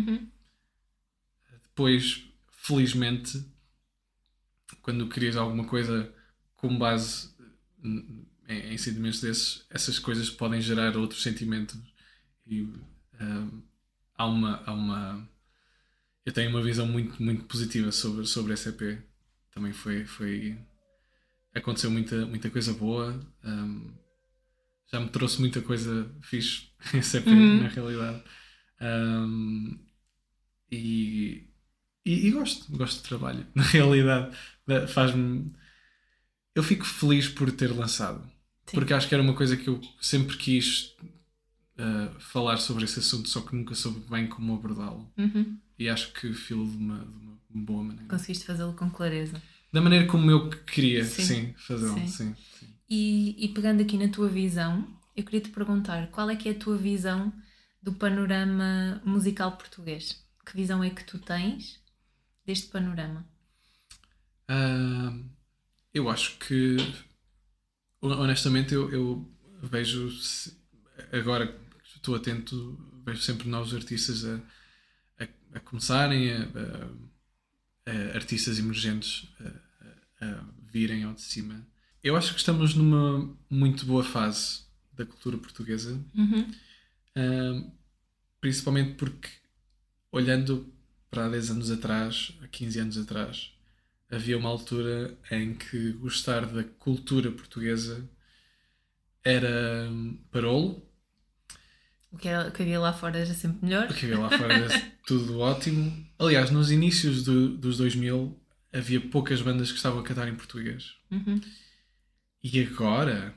Depois, felizmente, quando crias alguma coisa com base em sentimentos desses, essas coisas podem gerar outros sentimentos e eu tenho uma visão muito positiva sobre esse EP. Também aconteceu muita coisa boa, já me trouxe muita coisa fixe esse EP, na realidade. E gosto do trabalho, na realidade. Eu fico feliz por ter lançado. Sim. Porque acho que era uma coisa que eu sempre quis falar sobre esse assunto, só que nunca soube bem como abordá-lo. E acho que filo de uma boa maneira. Conseguiste fazê-lo com clareza. Da maneira como eu queria, sim fazê-lo. Sim. E pegando aqui na tua visão, eu queria te perguntar qual é que é a tua visão do panorama musical português? Que visão é que tu tens deste panorama? Eu acho que, honestamente, eu vejo, agora que estou atento, vejo sempre novos artistas a começarem, artistas emergentes a virem ao de cima. Eu acho que estamos numa muito boa fase da cultura portuguesa, principalmente porque, olhando para há 10 anos atrás, há 15 anos atrás, havia uma altura em que gostar da cultura portuguesa era parolo. O que havia lá fora era sempre melhor. O que havia lá fora era tudo ótimo. Aliás, nos inícios dos 2000 havia poucas bandas que estavam a cantar em português. E agora,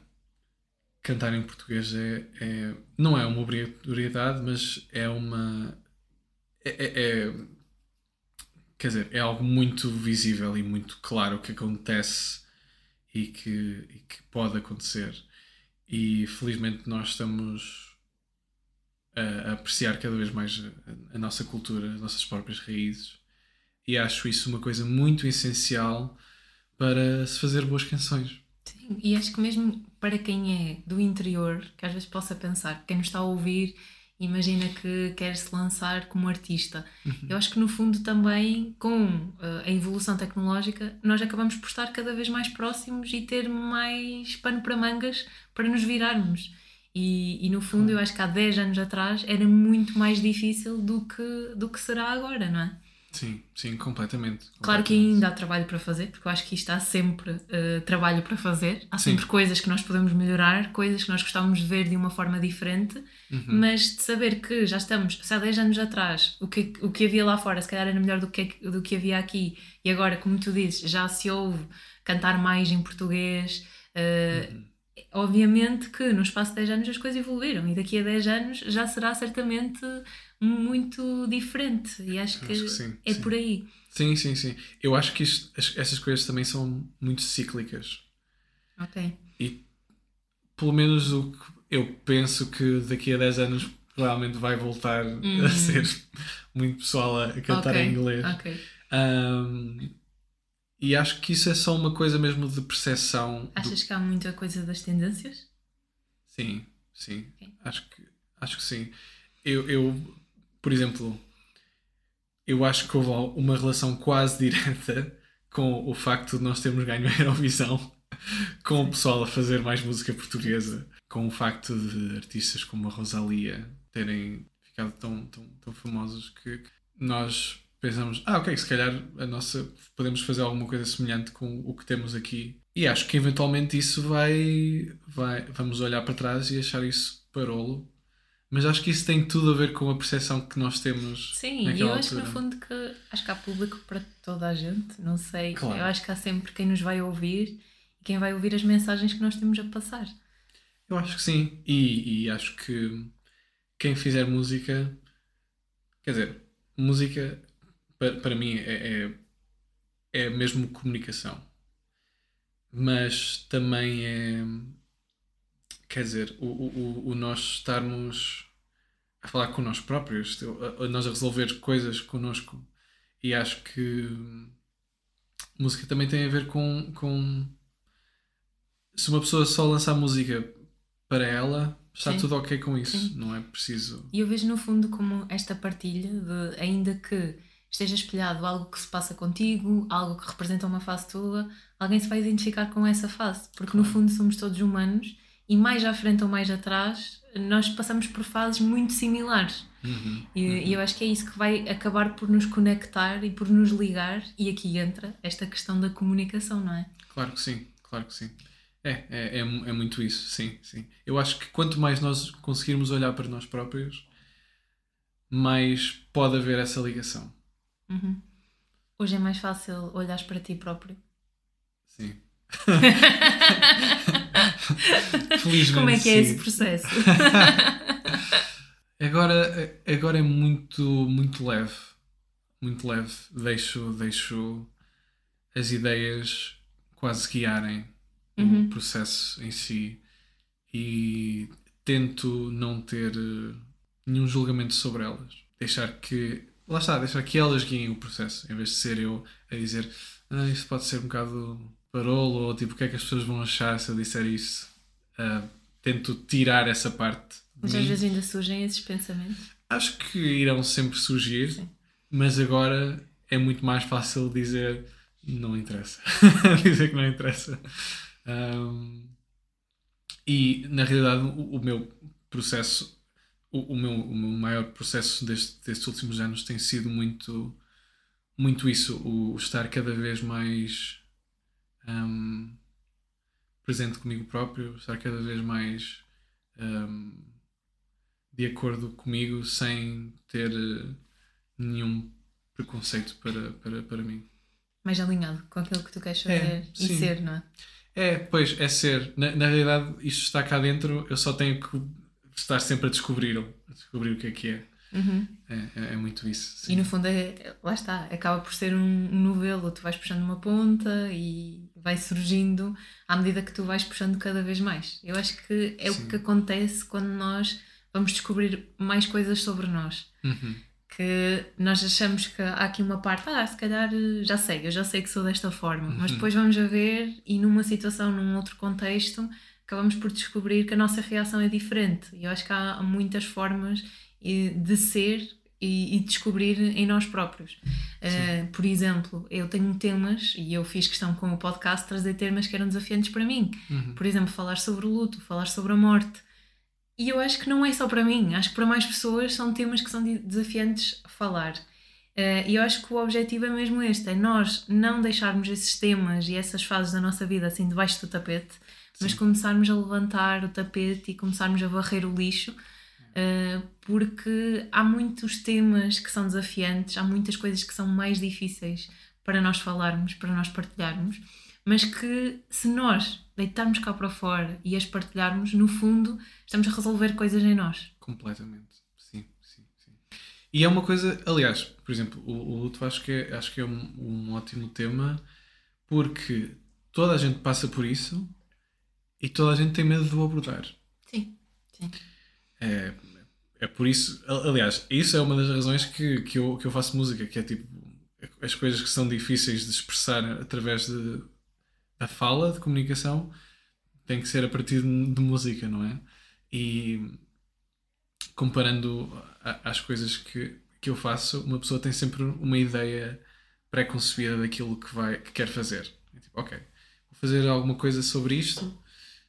cantar em português não é uma obrigatoriedade, mas é uma é, é- é- quer dizer, é algo muito visível e muito claro que acontece e que pode acontecer. E felizmente nós estamos a apreciar cada vez mais a nossa cultura, as nossas próprias raízes. E acho isso uma coisa muito essencial para se fazer boas canções. Sim, e acho que mesmo para quem é do interior, que às vezes possa pensar, quem nos está a ouvir, imagina que quer se lançar como artista. Eu acho que no fundo também, com a evolução tecnológica, nós acabamos por estar cada vez mais próximos e ter mais pano para mangas para nos virarmos. E no fundo eu acho que há 10 anos atrás era muito mais difícil do que será agora, não é? Sim, sim, completamente. Claro que Completamente. ainda há trabalho para fazer, porque eu acho que isto há sempre trabalho para fazer, há Sim. sempre coisas que nós podemos melhorar, coisas que nós gostávamos de ver de uma forma diferente, mas de saber que já estamos, se há 10 anos atrás, o que havia lá fora se calhar era melhor do que havia aqui, e agora, como tu dizes, já se ouve cantar mais em português. Obviamente que no espaço de 10 anos as coisas evoluíram e daqui a 10 anos já será certamente muito diferente, e acho que Acho que sim, é sim. por aí. Sim, sim, sim. Eu acho que essas coisas também são muito cíclicas. Ok. E pelo menos o que eu penso que daqui a 10 anos provavelmente vai voltar a ser muito pessoal a cantar Ok, em inglês. ok. Um, e acho que isso é só uma coisa mesmo de percepção. Achas que há muita coisa das tendências? Sim, sim. Ok. Acho que sim. Por exemplo, eu acho que houve uma relação quase direta com o facto de nós termos ganho a Eurovisão, com o pessoal a fazer mais música portuguesa, com o facto de artistas como a Rosalia terem ficado tão famosos que nós pensamos, ok, se calhar podemos fazer alguma coisa semelhante com o que temos aqui. E acho que eventualmente isso vamos olhar para trás e achar isso parolo. Mas acho que isso tem tudo a ver com a percepção que nós temos Sim, e eu naquela acho que no altura. fundo acho que há público para toda a gente, não sei. Claro. Eu acho que há sempre quem nos vai ouvir e quem vai ouvir as mensagens que nós temos a passar. Eu acho que sim. E acho que quem fizer música, quer dizer, música para mim é mesmo comunicação. Mas também quer dizer, o nós estarmos a falar com nós próprios, a nós a resolver coisas connosco. E acho que música também tem a ver com se uma pessoa só lançar música para ela, está Sim. tudo ok com isso. Sim. Não é preciso. E eu vejo no fundo como esta partilha de, ainda que esteja espelhado algo que se passa contigo, algo que representa uma fase tua, alguém se vai identificar com essa fase, porque no fundo somos todos humanos e mais à frente ou mais atrás nós passamos por fases muito similares. E eu acho que é isso que vai acabar por nos conectar e por nos ligar, e aqui entra esta questão da comunicação, não é? Claro que sim, claro que sim. É muito isso, sim, sim. Eu acho que quanto mais nós conseguirmos olhar para nós próprios, mais pode haver essa ligação. Hoje é mais fácil olhares para ti próprio. Sim. Felizmente. Como é que é sim. esse processo? Agora é muito leve. Muito leve. Deixo as ideias quase guiarem o processo em si e tento não ter nenhum julgamento sobre elas. Deixar que elas guiem o processo, em vez de ser eu a dizer isto pode ser um bocado parolo, ou tipo, o que é que as pessoas vão achar se eu disser isso? Tento tirar essa parte de Mas mim. às vezes ainda surgem esses pensamentos. Acho que irão sempre surgir, Sim. mas agora é muito mais fácil dizer não interessa. Dizer que não interessa. E na realidade o meu processo, o meu maior processo destes últimos anos tem sido muito isso, o estar cada vez mais presente comigo próprio, estar cada vez mais de acordo comigo sem ter nenhum preconceito para mim. Mais alinhado com aquilo que tu queres fazer e sim. ser, não é? Pois, é ser. Na realidade, isto está cá dentro, eu só tenho que estar sempre a descobrir o que é que é. Uhum. É muito isso. Sim. E no fundo, lá está, acaba por ser um novelo. Tu vais puxando uma ponta e vai surgindo à medida que tu vais puxando cada vez mais. Eu acho que é o que acontece quando nós vamos descobrir mais coisas sobre nós. Uhum. Que nós achamos que há aqui uma parte, se calhar eu já sei que sou desta forma, mas depois vamos a ver e numa situação, num outro contexto, acabamos por descobrir que a nossa reação é diferente. E eu acho que há muitas formas de ser e descobrir em nós próprios. Por exemplo, eu tenho temas, e eu fiz questão com o podcast trazer temas que eram desafiantes para mim. Por exemplo, falar sobre o luto, falar sobre a morte. E eu acho que não é só para mim, acho que para mais pessoas são temas que são desafiantes a falar. E eu acho que o objetivo é mesmo este, é nós não deixarmos esses temas e essas fases da nossa vida assim debaixo do tapete, mas começarmos a levantar o tapete e começarmos a varrer o lixo, porque há muitos temas que são desafiantes, há muitas coisas que são mais difíceis para nós falarmos, para nós partilharmos, mas que se nós deitarmos cá para fora e as partilharmos, no fundo, estamos a resolver coisas em nós. Completamente. Sim. E é uma coisa, aliás, por exemplo, o luto acho que é um ótimo tema, porque toda a gente passa por isso e toda a gente tem medo de o abordar. Sim. É por isso, aliás, isso é uma das razões que eu faço música, que é tipo, as coisas que são difíceis de expressar através da fala, de comunicação, tem que ser a partir de música, não é? E comparando às coisas que eu faço, uma pessoa tem sempre uma ideia pré-concebida daquilo que quer fazer. É tipo, ok, vou fazer alguma coisa sobre isto,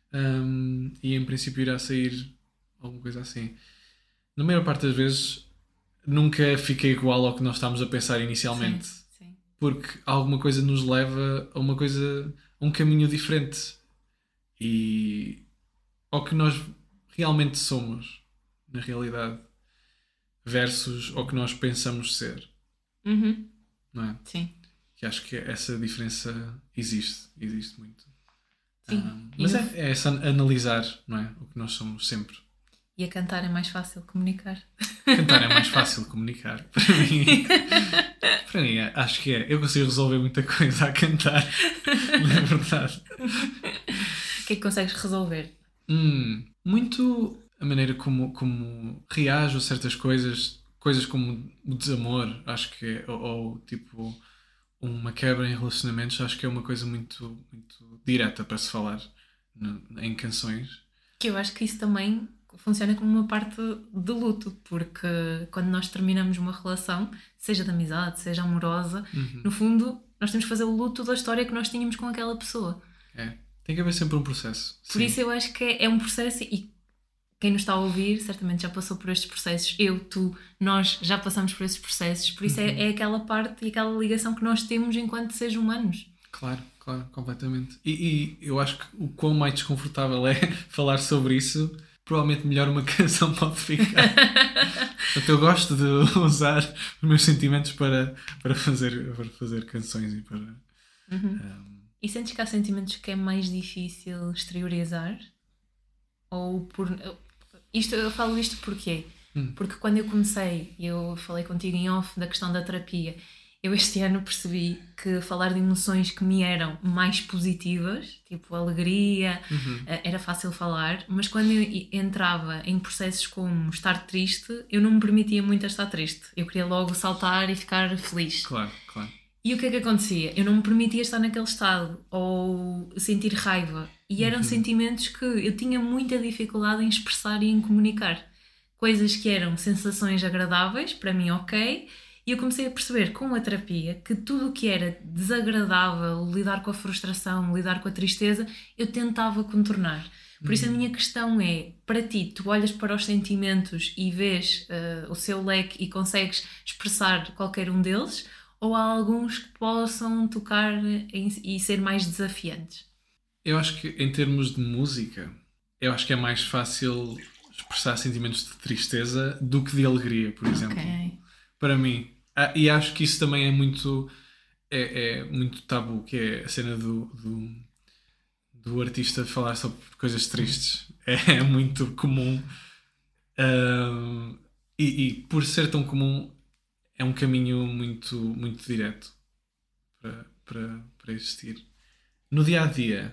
e em princípio irá sair alguma coisa assim. Na maior parte das vezes nunca fica igual ao que nós estávamos a pensar inicialmente. Sim. Porque alguma coisa nos leva a um caminho diferente e ao que nós realmente somos na realidade versus ao que nós pensamos ser. Uhum. Não é? Sim. Que acho que essa diferença existe muito. Sim. Mas é essa analisar, não é? O que nós somos sempre. E a cantar é mais fácil comunicar. Cantar é mais fácil comunicar. Para mim, acho que é. Eu consigo resolver muita coisa a cantar. Não é verdade? O que é que consegues resolver? Muito a maneira como reajo a certas coisas como o desamor, acho que é, ou tipo uma quebra em relacionamentos, acho que é uma coisa muito, muito direta para se falar em canções. Que eu acho que isso também funciona como uma parte de luto, porque quando nós terminamos uma relação, seja de amizade, seja amorosa, no fundo nós temos que fazer o luto da história que nós tínhamos com aquela pessoa. Tem que haver sempre um processo. Por isso eu acho que é um processo, e quem nos está a ouvir certamente já passou por estes processos, eu, tu, nós já passamos por esses processos, por isso é aquela parte e aquela ligação que nós temos enquanto seres humanos. Claro, completamente. E eu acho que o quão mais desconfortável é falar sobre isso, provavelmente melhor uma canção pode ficar. Portanto, eu gosto de usar os meus sentimentos para fazer canções e para... E sentes que há sentimentos que é mais difícil exteriorizar? Ou por... eu falo isto porquê? Porque quando eu comecei, eu falei contigo em off da questão da terapia, eu este ano percebi que falar de emoções que me eram mais positivas, tipo alegria, era fácil falar, mas quando eu entrava em processos como estar triste, eu não me permitia muito estar triste. Eu queria logo saltar e ficar feliz. Claro. E o que é que acontecia? Eu não me permitia estar naquele estado ou sentir raiva. E eram sentimentos que eu tinha muita dificuldade em expressar e em comunicar. Coisas que eram sensações agradáveis, para mim ok, e eu comecei a perceber com a terapia que tudo o que era desagradável, lidar com a frustração, lidar com a tristeza, eu tentava contornar. Por isso a minha questão é, para ti, tu olhas para os sentimentos e vês o seu leque e consegues expressar qualquer um deles, ou há alguns que possam tocar e ser mais desafiantes? Eu acho que em termos de música, eu acho que é mais fácil expressar sentimentos de tristeza do que de alegria, por exemplo. Para mim. E acho que isso também é muito tabu, que é a cena do artista falar sobre coisas tristes. É muito comum. E por ser tão comum, é um caminho muito, muito direto para existir. No dia a dia,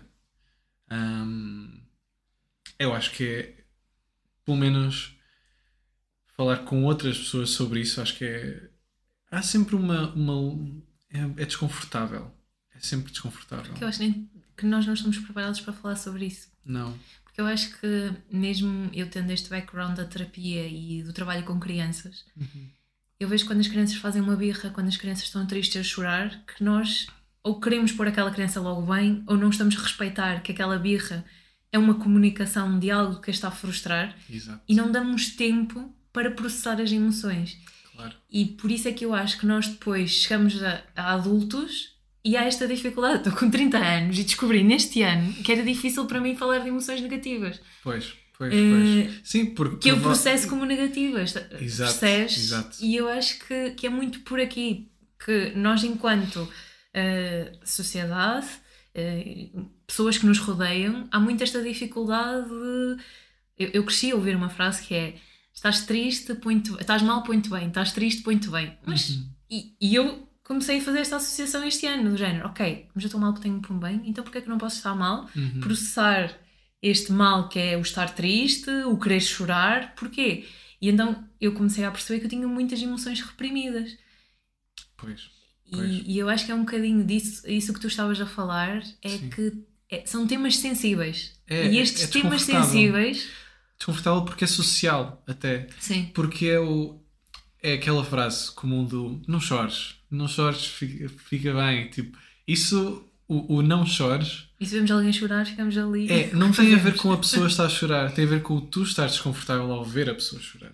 eu acho que é, pelo menos, falar com outras pessoas sobre isso, acho que é. Há sempre é desconfortável. É sempre desconfortável. Porque eu acho que nós não estamos preparados para falar sobre isso. Não. Porque eu acho que, mesmo eu tendo este background da terapia e do trabalho com crianças, eu vejo quando as crianças fazem uma birra, quando as crianças estão tristes a chorar, que nós ou queremos pôr aquela criança logo bem, ou não estamos a respeitar que aquela birra é uma comunicação de algo que a está a frustrar. Exato. E não damos tempo para processar as emoções. Claro. E por isso é que eu acho que nós depois chegamos a adultos e há esta dificuldade. Estou com 30 anos e descobri neste ano que era difícil para mim falar de emoções negativas. Pois. Sim, porque... Que eu processo como negativas. Exato, percebes? exato. E eu acho que é muito por aqui que nós, enquanto sociedade, pessoas que nos rodeiam, há muito esta dificuldade de... Eu cresci a ouvir uma frase que é: estás triste, estás mal, põe-te bem, estás triste, põe-te bem. Mas, e eu comecei a fazer esta associação este ano, do género, ok, mas eu estou mal porque tenho um bem, então porquê é que eu não posso estar mal? Processar este mal que é o estar triste, o querer chorar, porquê? E então eu comecei a perceber que eu tinha muitas emoções reprimidas. Pois. E eu acho que é um bocadinho disso, isso que tu estavas a falar, Sim. São temas sensíveis. E estes temas sensíveis... Desconfortável porque é social, até. Sim. Porque é aquela frase comum do não chores, fica bem. Tipo, isso, o não chores... E se vemos alguém chorar, ficamos ali... não tem a ver com a pessoa estar a chorar, tem a ver com o tu estar desconfortável ao ver a pessoa chorar.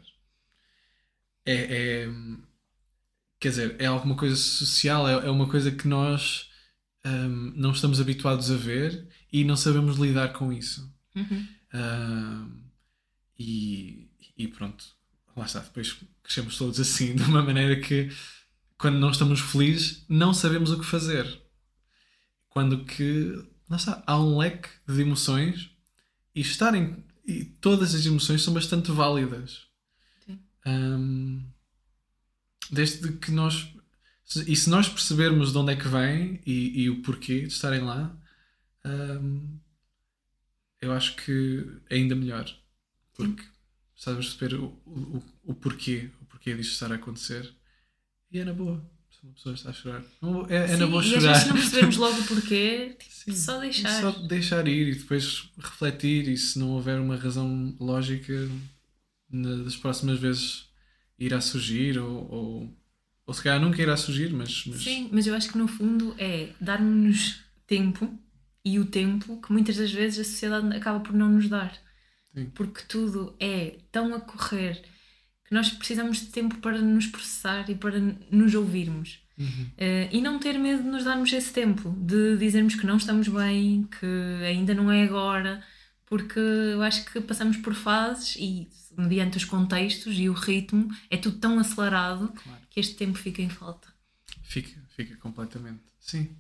Quer dizer, é alguma coisa social, é uma coisa que nós não estamos habituados a ver e não sabemos lidar com isso. E pronto, lá está, depois crescemos todos assim, de uma maneira que quando não estamos felizes não sabemos o que fazer. Quando que, lá está, há um leque de emoções e todas as emoções são bastante válidas. Desde que se nós percebermos de onde é que vem e o porquê de estarem lá, eu acho que é ainda melhor. Porque sabes perceber o porquê disto estar a acontecer. E é na boa. Se uma pessoa está a chorar, é na boa chorar. E às vezes, se não percebermos logo o porquê, Sim, só deixar. Só deixar ir e depois refletir. E se não houver uma razão lógica, das próximas vezes irá surgir. Ou se calhar nunca irá surgir, mas... Sim, mas eu acho que no fundo é dar-nos tempo. E o tempo que muitas das vezes a sociedade acaba por não nos dar. Sim. Porque tudo é tão a correr que nós precisamos de tempo para nos processar e para nos ouvirmos. E não ter medo de nos darmos esse tempo, de dizermos que não estamos bem, que ainda não é agora, porque eu acho que passamos por fases e, mediante os contextos e o ritmo, é tudo tão acelerado, claro, que este tempo fica em falta. Fica completamente. Sim.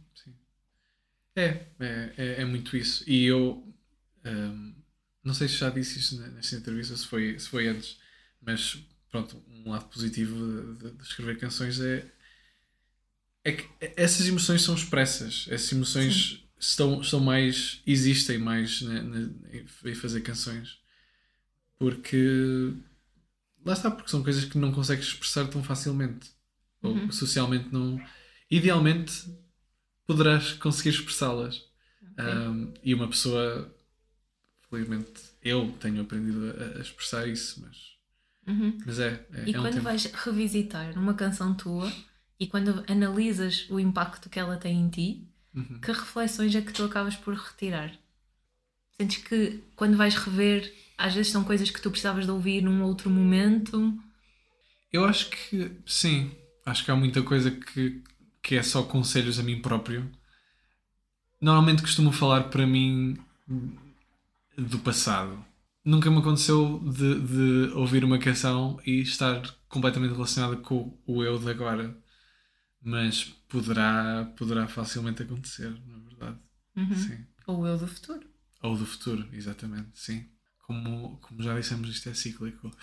É muito isso. E eu não sei se já disse isso nesta entrevista, se foi antes, mas pronto, um lado positivo de escrever canções é que essas emoções são expressas, essas emoções existem mais em fazer canções, porque lá está, porque são coisas que não consegues expressar tão facilmente, ou socialmente não, idealmente poderás conseguir expressá-las. E uma pessoa, felizmente eu tenho aprendido a expressar isso, mas e quando tempo. vais revisitar uma canção tua e quando analisas o impacto que ela tem em ti, que reflexões é que tu acabas por retirar? Sentes que quando vais rever, às vezes são coisas que tu precisavas de ouvir num outro momento? Eu acho que sim, acho que há muita coisa que é só conselhos a mim próprio. Normalmente costumo falar para mim do passado. Nunca me aconteceu de ouvir uma canção e estar completamente relacionada com o eu de agora. Mas poderá facilmente acontecer, na verdade. Sim. Ou o eu do futuro. Ou do futuro, exatamente, sim. como já dissemos, isto é cíclico.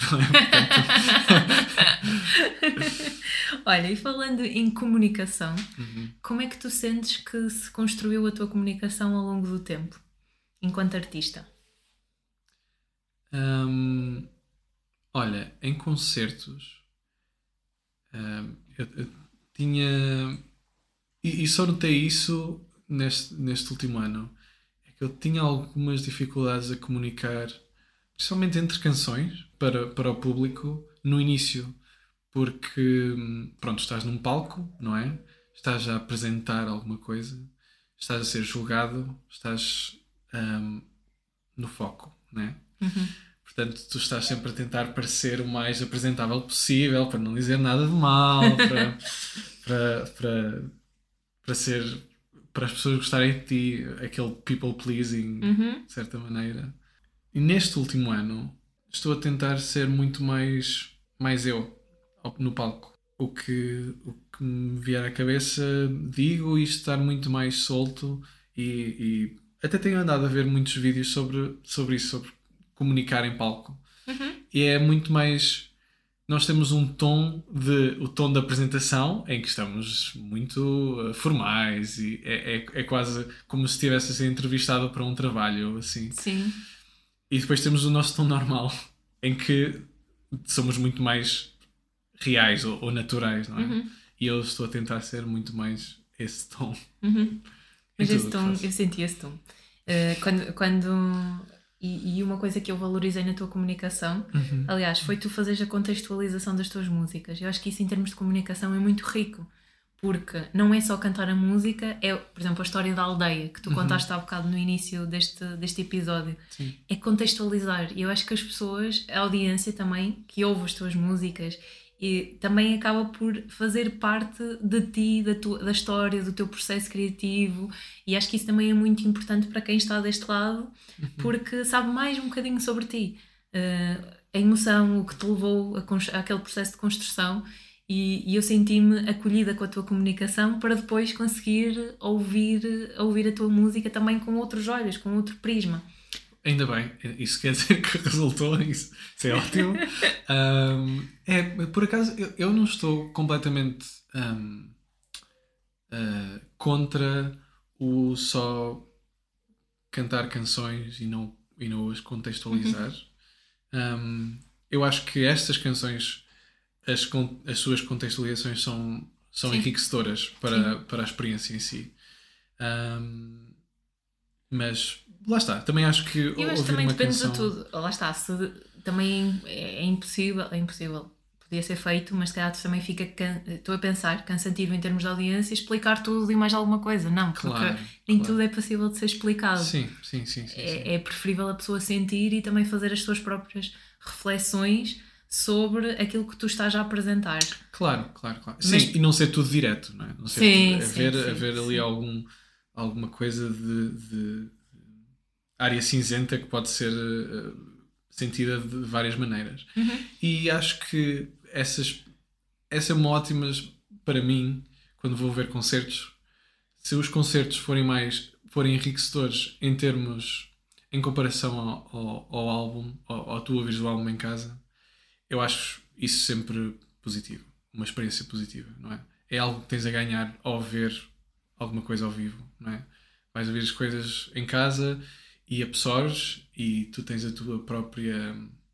Olha, e falando em comunicação, Uhum. como é que tu sentes que se construiu a tua comunicação ao longo do tempo, enquanto artista? Olha, em concertos, eu tinha. E só notei isso neste último ano. É que eu tinha algumas dificuldades a comunicar, principalmente entre canções, para o público, no início. Porque, pronto, estás num palco, não é? Estás a apresentar alguma coisa, estás a ser julgado, estás no foco, né? Uhum. Portanto, tu estás sempre a tentar parecer o mais apresentável possível, para não dizer nada de mal, para, para ser, para as pessoas gostarem de ti, aquele people pleasing, Uhum. de certa maneira. E neste último ano, estou a tentar ser muito mais eu no palco. O que me vier à cabeça, digo, e estar muito mais solto e até tenho andado a ver muitos vídeos sobre isso, sobre comunicar em palco. Uhum. E é muito mais. Nós temos o tom da apresentação em que estamos muito formais e é quase como se estivesse a ser entrevistado para um trabalho, assim. Sim. E depois temos o nosso tom normal, em que somos muito mais reais ou naturais, não é? Uhum. E eu estou a tentar ser muito mais esse tom. Uhum. Mas Em tudo esse o que tom, faço. eu senti esse tom. E uma coisa que eu valorizei na tua comunicação, aliás, foi tu fazeres a contextualização das tuas músicas. Eu acho que isso, em termos de comunicação, é muito rico. Porque não é só cantar a música, é, por exemplo, a história da aldeia, que tu contaste há bocado no início deste episódio. Sim. É contextualizar. E eu acho que as pessoas, a audiência também, que ouve as tuas músicas, e também acaba por fazer parte de ti, da história, do teu processo criativo, e acho que isso também é muito importante para quem está deste lado, porque sabe mais um bocadinho sobre ti. A emoção, o que te levou àquele processo de construção, e eu senti-me acolhida com a tua comunicação para depois conseguir ouvir a tua música também com outros olhos, com outro prisma. Ainda bem, isso quer dizer que resultou, isso é ótimo. Por acaso, eu não estou completamente contra o só cantar canções e não as contextualizar. Eu acho que estas canções, as suas contextualizações são Sim. enriquecedoras para a experiência em si. Mas lá está, também acho que Eu acho que ouvir também uma depende canção. de tudo. Lá está, também é impossível, podia ser feito, mas se calhar também fica, estou a pensar, cansativo em termos de audiência, explicar tudo e mais alguma coisa. Não, porque Claro, nem claro. tudo é possível de ser explicado. Sim. É preferível a pessoa sentir e também fazer as suas próprias reflexões sobre aquilo que tu estás a apresentar. Claro. Sim, e não ser tudo direto, não é? Não ser haver ali alguma coisa de área cinzenta que pode ser sentida de várias maneiras. E acho que essa é uma ótima para mim, quando vou ver concertos. Se os concertos forem enriquecedores em comparação ao álbum, ao tu ouvires o álbum em casa, eu acho isso sempre positivo. Uma experiência positiva, não é? É algo que tens a ganhar ao ver alguma coisa ao vivo, não é? Vais ouvir as coisas em casa e absorves e tu tens a tua própria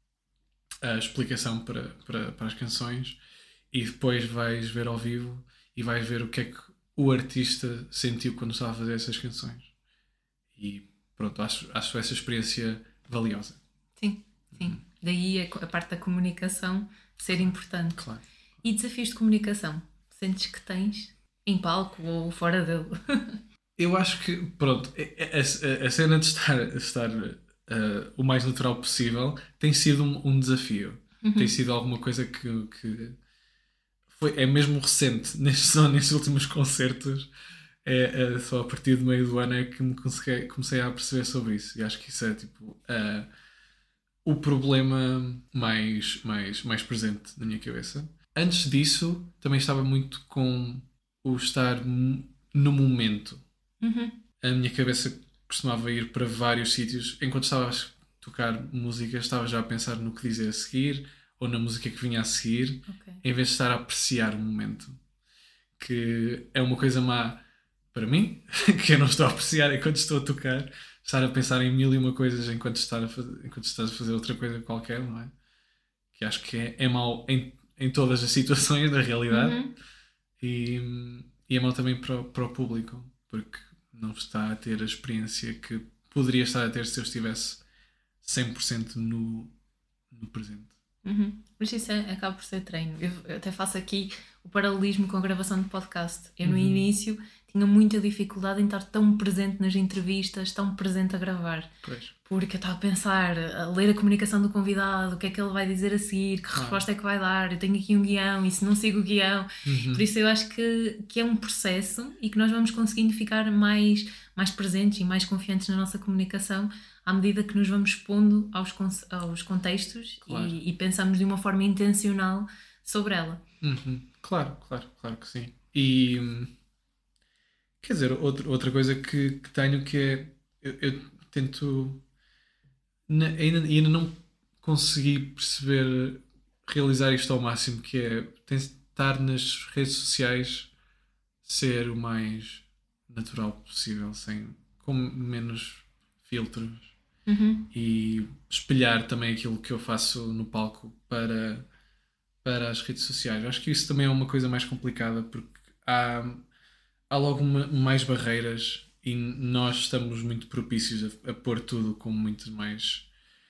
explicação para as canções e depois vais ver ao vivo e vais ver o que é que o artista sentiu quando estava a fazer essas canções. E pronto, acho essa experiência valiosa. Sim. Daí a parte da comunicação ser importante. Claro. E desafios de comunicação? Sentes que tens em palco ou fora dele? Eu acho que, pronto, a cena de estar o mais natural possível tem sido um desafio. Tem sido alguma coisa que é mesmo recente, só nestes últimos concertos. Só a partir do meio do ano é que me comecei a perceber sobre isso. E acho que isso é tipo o problema mais presente na minha cabeça. Antes disso, também estava muito com o estar no momento. A minha cabeça costumava ir para vários sítios enquanto estava tocar música estava já a pensar no que dizer a seguir ou na música que vinha a seguir, em vez de estar a apreciar o momento. Que é uma coisa má para mim, que eu não estou a apreciar enquanto estou a tocar, estar a pensar em mil e uma coisas enquanto estás a fazer outra coisa qualquer, não é? Que acho que é mau em todas as situações da realidade. E é mau também para o público, porque não está a ter a experiência que poderia estar a ter se eu estivesse 100% no presente. Mas isso acaba por ser treino. Eu até faço aqui o paralelismo com a gravação de podcast. Eu no início tinha muita dificuldade em estar tão presente nas entrevistas, tão presente a gravar. Pois. Porque eu estava a pensar, a ler a comunicação do convidado, o que é que ele vai dizer a seguir, que resposta é que vai dar, eu tenho aqui um guião e se não sigo o guião. Por isso eu acho que é um processo e que nós vamos conseguindo ficar mais presentes e mais confiantes na nossa comunicação à medida que nos vamos expondo aos contextos. Claro. E pensamos de uma forma intencional sobre ela. Claro que sim. E quer dizer, outra coisa que tenho que é eu tento ainda não consegui perceber, realizar isto ao máximo, que é tentar nas redes sociais ser o mais natural possível, com menos filtros e espelhar também aquilo que eu faço no palco para as redes sociais. Acho que isso também é uma coisa mais complicada porque há logo mais barreiras e nós estamos muito propícios a pôr tudo com muito mais...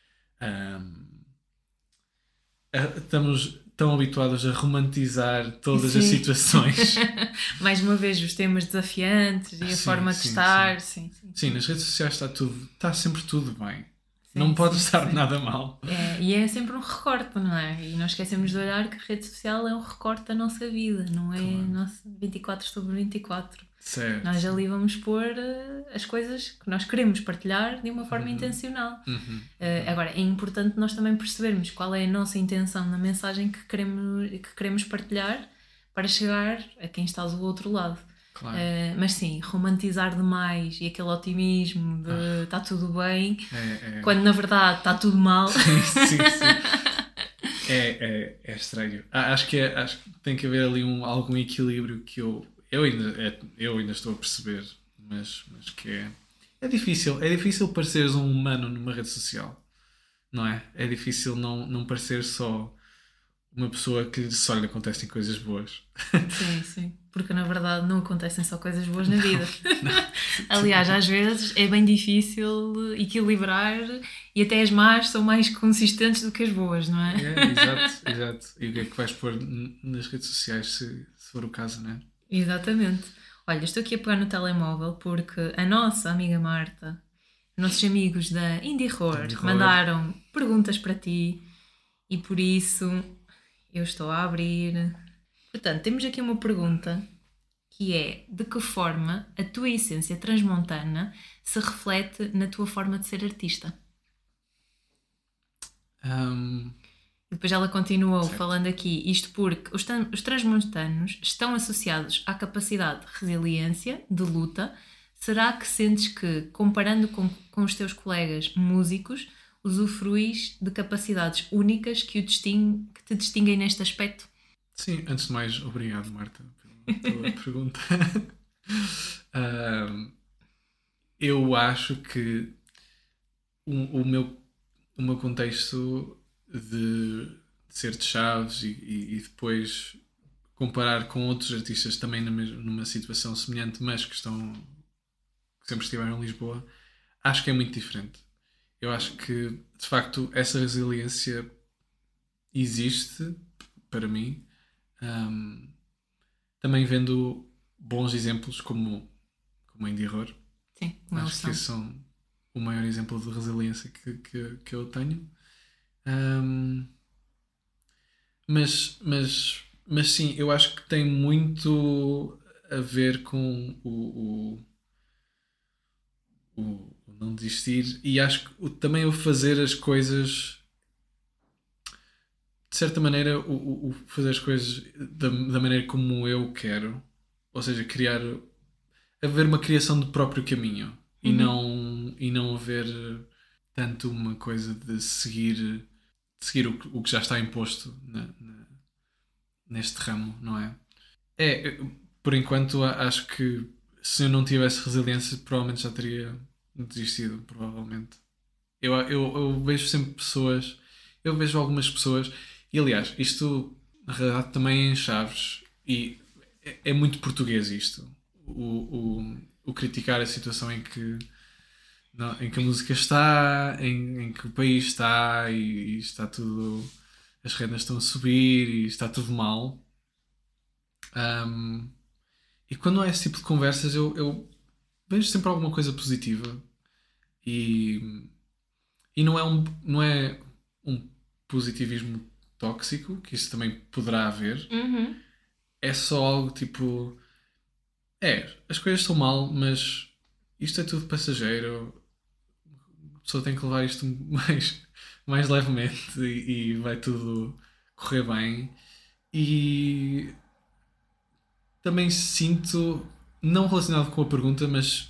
estamos tão habituados a romantizar todas as situações. Mais uma vez, os temas desafiantes e a forma de estar. Sim, nas redes sociais está sempre tudo bem. Não pode estar nada mal. E é sempre um recorte, não é? E nós esquecemos de olhar que a rede social é um recorte da nossa vida, não é nosso 24/24. Certo. Nós ali vamos pôr as coisas que nós queremos partilhar de uma forma intencional. Agora, é importante nós também percebermos qual é a nossa intenção na mensagem que queremos partilhar para chegar a quem está do outro lado. Claro. Mas sim, romantizar demais e aquele otimismo de está tudo bem, quando na verdade está tudo mal. Sim. É estranho. Acho que tem que haver ali algum equilíbrio que eu ainda estou a perceber, mas que é difícil. É difícil pareceres um humano numa rede social, não é? É difícil não parecer só uma pessoa que só lhe acontecem coisas boas. Sim. Porque na verdade não acontecem só coisas boas na vida. Aliás, às vezes é bem difícil equilibrar e até as más são mais consistentes do que as boas, não é? Exato. E o que é que vais pôr nas redes sociais se for o caso, não é? Exatamente. Olha, estou aqui a pegar no telemóvel porque a nossa amiga Marta, nossos amigos da Indie Horror mandaram perguntas para ti e por isso eu estou a abrir. Portanto, temos aqui uma pergunta que é: de que forma a tua essência transmontana se reflete na tua forma de ser artista? E depois ela continuou falando aqui, isto porque os transmontanos estão associados à capacidade de resiliência, de luta. Será que sentes que, comparando com os teus colegas músicos, usufruis de capacidades únicas que te distinguem neste aspecto? Sim, antes de mais, obrigado, Marta, pela pergunta. Eu acho que o meu contexto de ser de Chaves e depois comparar com outros artistas também numa situação semelhante, mas que sempre estiveram em Lisboa, acho que é muito diferente. Eu acho que, de facto, essa resiliência existe para mim. Também vendo bons exemplos como a Indie Horror. Sim, acho que são o maior exemplo de resiliência que eu tenho. Mas sim, eu acho que tem muito a ver com o não desistir, e acho que também o fazer as coisas de certa maneira, o fazer as coisas da maneira como eu quero, ou seja, haver uma criação do próprio caminho e não haver tanto uma coisa de seguir o que já está imposto neste ramo, não é? Por enquanto, acho que se eu não tivesse resiliência, provavelmente já teria desistido, provavelmente. Eu vejo sempre pessoas, eu vejo algumas pessoas, e aliás, isto na realidade também é em Chaves, e é muito português isto, o criticar a situação em que, em que a música está, em que o país está, e está tudo, as rendas estão a subir, e está tudo mal. E quando há esse tipo de conversas, eu vejo sempre alguma coisa positiva. E, e não é um positivismo tóxico, que isso também poderá haver. Uhum. É só algo tipo... as coisas estão mal, mas isto é tudo passageiro. A pessoa tem que levar isto mais levemente e vai tudo correr bem. E também sinto, não relacionado com a pergunta, mas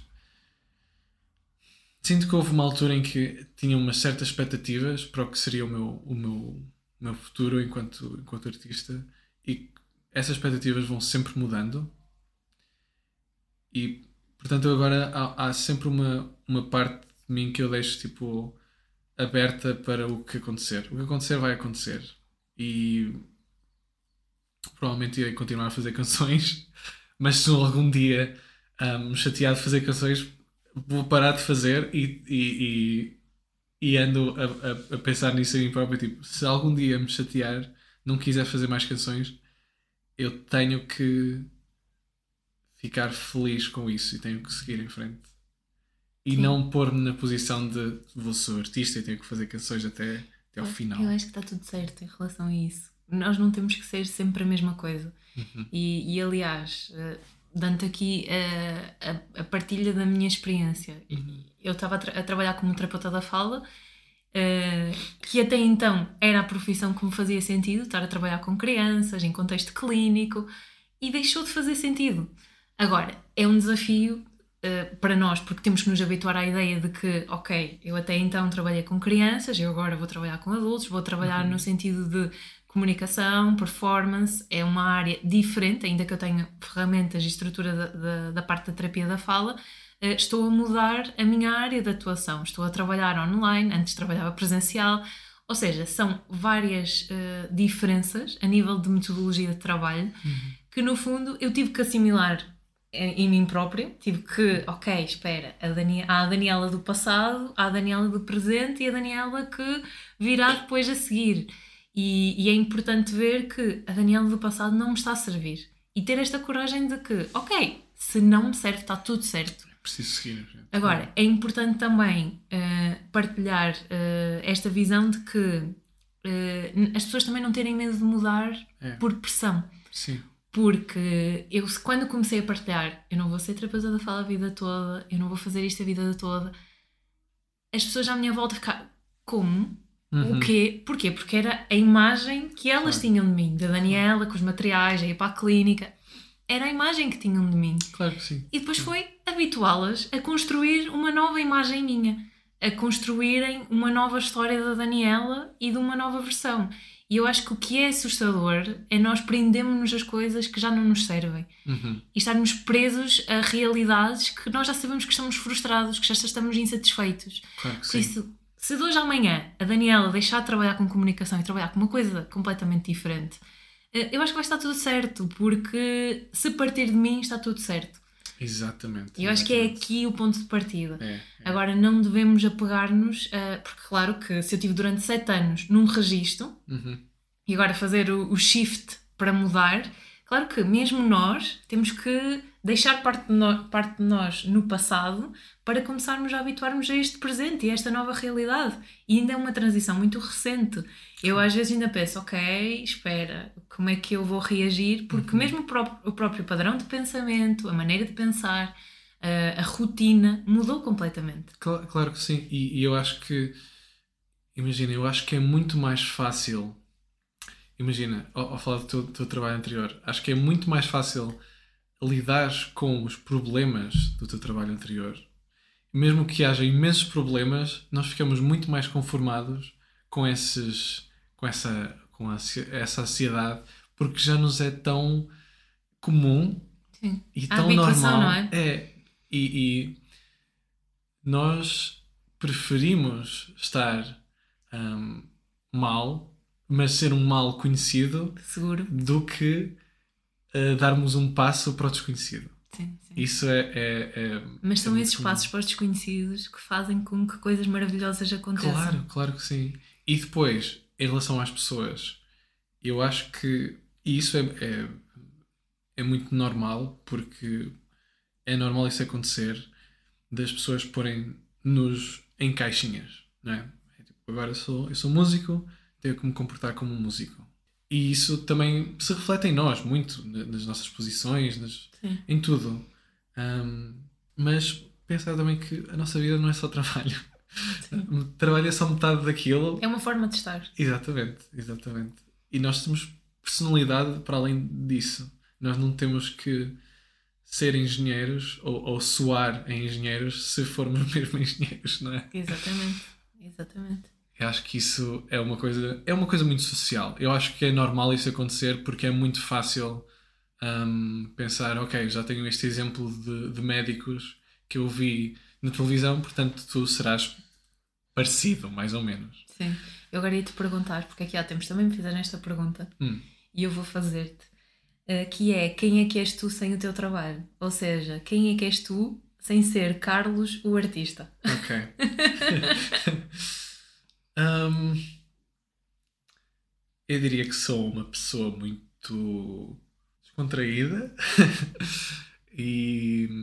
sinto que houve uma altura em que tinha umas certas expectativas para o que seria o meu futuro enquanto artista, e essas expectativas vão sempre mudando, e portanto agora há sempre uma parte de mim que eu deixo tipo aberta para o que acontecer. O que acontecer vai acontecer, e provavelmente irei continuar a fazer canções, mas se algum dia me chatear de fazer canções, vou parar de fazer e ando a pensar nisso a mim próprio. Tipo, se algum dia me chatear, não quiser fazer mais canções, eu tenho que ficar feliz com isso e tenho que seguir em frente. E Sim. não pôr-me na posição de vou ser artista e tenho que fazer canções até ao final. Eu acho que está tudo certo em relação a isso. Nós não temos que ser sempre a mesma coisa. Uhum. E aliás, dando aqui a partilha da minha experiência. Eu estava a trabalhar como terapeuta da fala, que até então era a profissão que me fazia sentido, estar a trabalhar com crianças, em contexto clínico, e deixou de fazer sentido. Agora, é um desafio para nós, porque temos que nos habituar à ideia de que, ok, eu até então trabalhei com crianças, eu agora vou trabalhar com adultos, vou trabalhar no sentido de comunicação, performance, é uma área diferente, ainda que eu tenha ferramentas e estrutura da parte da terapia da fala, estou a mudar a minha área de atuação, estou a trabalhar online, antes trabalhava presencial, ou seja, são várias diferenças a nível de metodologia de trabalho, que no fundo eu tive que assimilar em mim própria, tive que, ok, espera, há a Daniela do passado, há a Daniela do presente e a Daniela que virá depois a seguir. E é importante ver que a Daniela do passado não me está a servir. E ter esta coragem de que, ok, se não me serve, está tudo certo. Preciso seguir. Agora, é importante também partilhar esta visão de que as pessoas também não terem medo de mudar por pressão. Sim. Porque eu, quando comecei a partilhar, eu não vou ser terapeuta da fala a vida toda, eu não vou fazer isto a vida toda, as pessoas à minha volta ficaram, como? O quê? Porquê? Porque era a imagem que elas tinham de mim, da Daniela, com os materiais, a ir para a clínica, era a imagem que tinham de mim. Claro que sim. E depois foi habituá-las a construir uma nova imagem minha, a construírem uma nova história da Daniela e de uma nova versão. E eu acho que o que é assustador é nós prendemos-nos às coisas que já não nos servem. E estarmos presos a realidades que nós já sabemos que estamos frustrados, que já estamos insatisfeitos. Claro que Por sim. isso, se de hoje à amanhã a Daniela deixar de trabalhar com comunicação e trabalhar com uma coisa completamente diferente, eu acho que vai estar tudo certo, porque se partir de mim está tudo certo. Exatamente. E eu acho que é aqui o ponto de partida. É. Agora, não devemos apegar-nos, porque claro que se eu estive durante 7 anos num registro e agora fazer o shift para mudar, claro que mesmo nós temos que deixar parte de nós no passado para começarmos a habituarmos a este presente e a esta nova realidade. E ainda é uma transição muito recente. Eu às vezes ainda penso, ok, espera, como é que eu vou reagir? Porque mesmo o próprio padrão de pensamento, a maneira de pensar, a rotina mudou completamente. Claro que sim. E eu acho que, imagina, eu acho que é muito mais fácil, imagina, ao falar do teu trabalho anterior, acho que é muito mais fácil lidar com os problemas do teu trabalho anterior. mesmo que haja imensos problemas, nós ficamos muito mais conformados com essa ansiedade, porque já nos é tão comum Sim. e A tão habituação, não normal. é? E nós preferimos estar mal, mas ser um mal conhecido, Seguro. do que darmos um passo para o desconhecido. Sim, sim. Isso Mas são muito esses comum. passos para os desconhecidos que fazem com que coisas maravilhosas aconteçam. Claro, claro que sim. E depois, em relação às pessoas, eu acho que isso é muito normal, porque é normal isso acontecer, das pessoas porem-nos em caixinhas, não é? É tipo, agora eu sou músico, tenho que me comportar como um músico. E isso também se reflete em nós, muito, nas nossas posições, Sim. em tudo. Mas pensar também que a nossa vida não é só trabalho. Sim. Trabalho é só metade daquilo. É uma forma de estar. Exatamente, exatamente. E nós temos personalidade para além disso. Nós não temos que ser engenheiros ou soar em engenheiros se formos mesmo engenheiros, não é? Exatamente. Exatamente. Eu acho que isso é uma coisa muito social. Eu acho que é normal isso acontecer porque é muito fácil pensar, ok, já tenho este exemplo de médicos que eu vi na televisão, portanto tu serás parecido, mais ou menos. Sim. Eu agora ia-te perguntar, porque aqui há tempos também me fizeram esta pergunta e eu vou fazer-te. Que é, quem é que és tu sem o teu trabalho? Ou seja, quem é que és tu sem ser Carlos, o artista? Ok. Hum, eu diria que sou uma pessoa muito descontraída e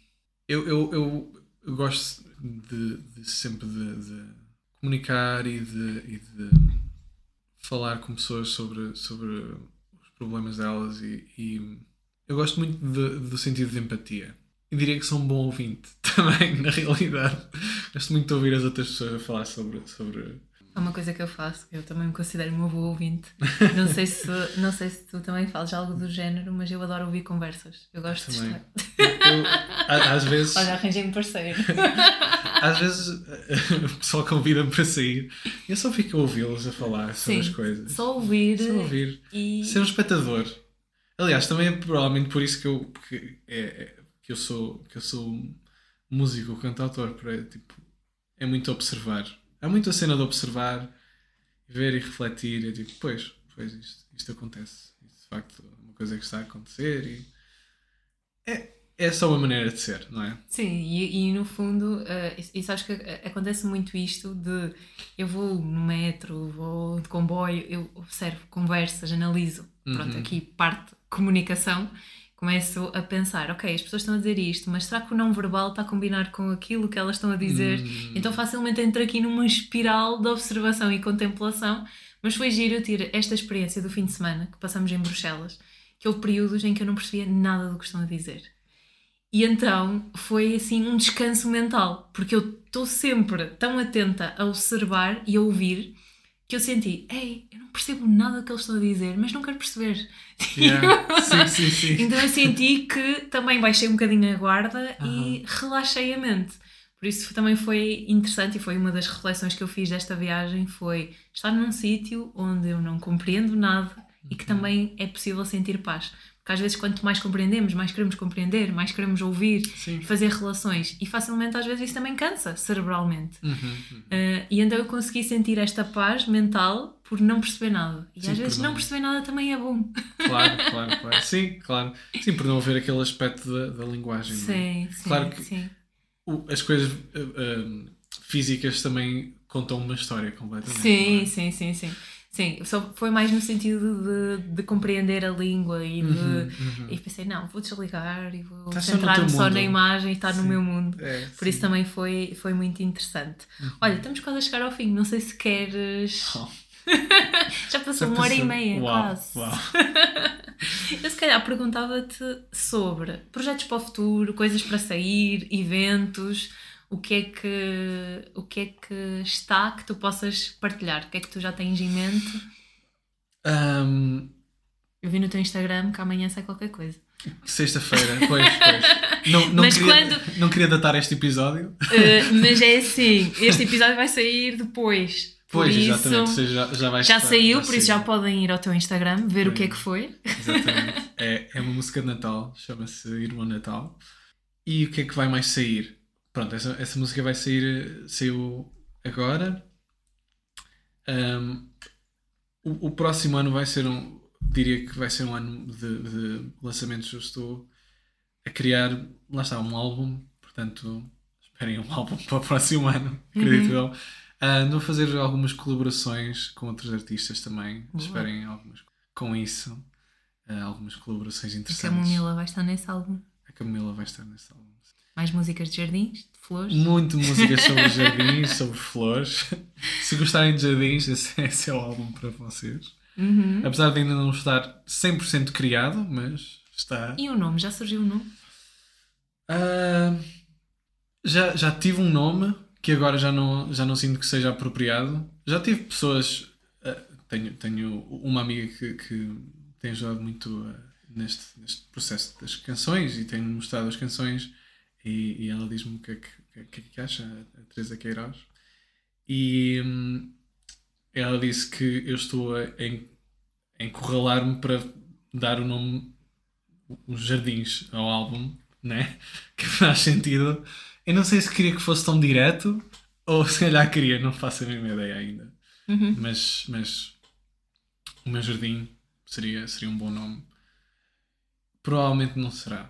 eu gosto de sempre de comunicar e de falar com pessoas sobre os problemas delas e eu gosto muito do sentido de empatia. Eu diria que sou um bom ouvinte também, na realidade. Gosto muito de ouvir as outras pessoas a falar sobre. É uma coisa que eu faço, eu também me considero uma boa ouvinte. Não sei se tu também fazes algo do género, mas eu adoro ouvir conversas. Eu gosto de Também. estar. Às vezes. Olha, arranjei um parceiro. Às vezes o pessoal convida-me para sair e eu só fico a ouvi-los a falar sobre Sim, as coisas. só ouvir. Só ouvir. E... Ser um espectador. Aliás, também é provavelmente por isso que eu sou músico, cantautor. Tipo, é muito observar. Há muito a cena de observar, ver e refletir. É tipo, pois isto acontece. Isto, de facto, é uma coisa que está a acontecer e é só uma maneira de ser, não é? Sim, e no fundo, e sabes que acontece muito isto de eu vou no metro, vou de comboio, eu observo conversas, analiso, pronto, aqui parte comunicação, começo a pensar, ok, as pessoas estão a dizer isto, mas será que o não verbal está a combinar com aquilo que elas estão a dizer? Então facilmente entro aqui numa espiral de observação e contemplação, mas foi giro eu ter esta experiência do fim de semana, que passamos em Bruxelas, que houve períodos em que eu não percebia nada do que estão a dizer. E então foi assim um descanso mental, porque eu estou sempre tão atenta a observar e a ouvir que eu senti, ei, eu não percebo nada do que eles estão a dizer, mas não quero perceber. Yeah. Sim. Então eu senti que também baixei um bocadinho a guarda e relaxei a mente. Por isso também foi interessante e foi uma das reflexões que eu fiz desta viagem, foi estar num sítio onde eu não compreendo nada e que também é possível sentir paz. Porque às vezes quanto mais compreendemos, mais queremos compreender, mais queremos ouvir, Sim. fazer relações. E facilmente às vezes isso também cansa cerebralmente. E então eu consegui sentir esta paz mental por não perceber nada. E Sim, às vezes por não perceber nada também é bom. Claro. Sim, claro. Sim, por não haver aquele aspecto da linguagem. Sim, claro que sim. As coisas físicas também contam uma história completamente. Sim, só foi mais no sentido de compreender a língua e e pensei, não, vou desligar e vou centrar-me só na imagem e estar no meu mundo. Por isso também foi muito interessante. Olha, estamos quase a chegar ao fim, não sei se queres... Já passou 1h30 quase. Uau. Eu se calhar perguntava-te sobre projetos para o futuro, coisas para sair, eventos, o que é que está que tu possas partilhar? O que é que tu já tens em mente? Eu vi no teu Instagram que amanhã sai qualquer coisa. Sexta-feira, pois. Não queria datar este episódio. Mas é assim, este episódio vai sair depois. Pois, exatamente. Já saiu, por isso já podem ir ao teu Instagram, ver o que é que foi. Exatamente. É uma música de Natal, chama-se Irmão Natal. E o que é que vai mais sair? Pronto, essa música saiu agora. O próximo ano diria que vai ser um ano de lançamentos. Eu estou a criar, lá está, um álbum, portanto, esperem um álbum para o próximo ano, acredito eu. Ando a fazer algumas colaborações com outros artistas também. Boa. Esperem algumas com isso. Algumas colaborações interessantes. A Camomila vai estar nesse álbum. A Camomila vai estar nesse álbum. Mais músicas de jardins, de flores. Muito músicas sobre jardins, sobre flores. Se gostarem de jardins, esse é o álbum para vocês. Apesar de ainda não estar 100% criado, mas está. E o nome? Já surgiu o nome? Já tive um nome que agora já não sinto que seja apropriado. Já tive pessoas. Tenho uma amiga que tem ajudado muito neste processo das canções e tem-me mostrado as canções e ela diz-me o que é que acha, a Teresa Queiroz. E ela disse que eu estou a encurralar-me para dar o nome Os Jardins ao álbum, né? Que faz sentido. Eu não sei se queria que fosse tão direto ou se calhar queria, não faço a mesma ideia ainda. Mas o meu jardim seria um bom nome. Provavelmente não será.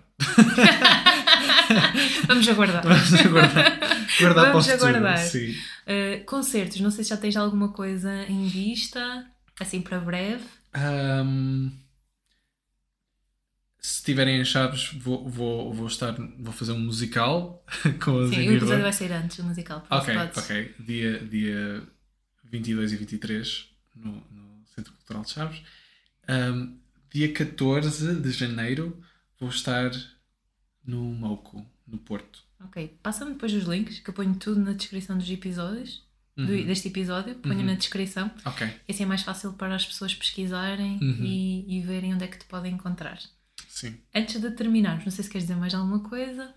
Vamos aguardar. Vamos aguardar para o futuro. Aguardar. Sim. Concertos, não sei se já tens alguma coisa em vista, assim para breve. Se tiverem as chaves, vou fazer um musical com a Sim, o episódio vai sair antes do musical. Ok. Dia 22 e 23 no Centro Cultural de Chaves. Dia 14 de janeiro vou estar no Moco, no Porto. Ok, passa-me depois os links, que eu ponho tudo na descrição dos episódios, deste episódio, ponho na descrição. Ok. Assim é mais fácil para as pessoas pesquisarem e verem onde é que te podem encontrar. Sim. Antes de terminarmos, não sei se queres dizer mais alguma coisa,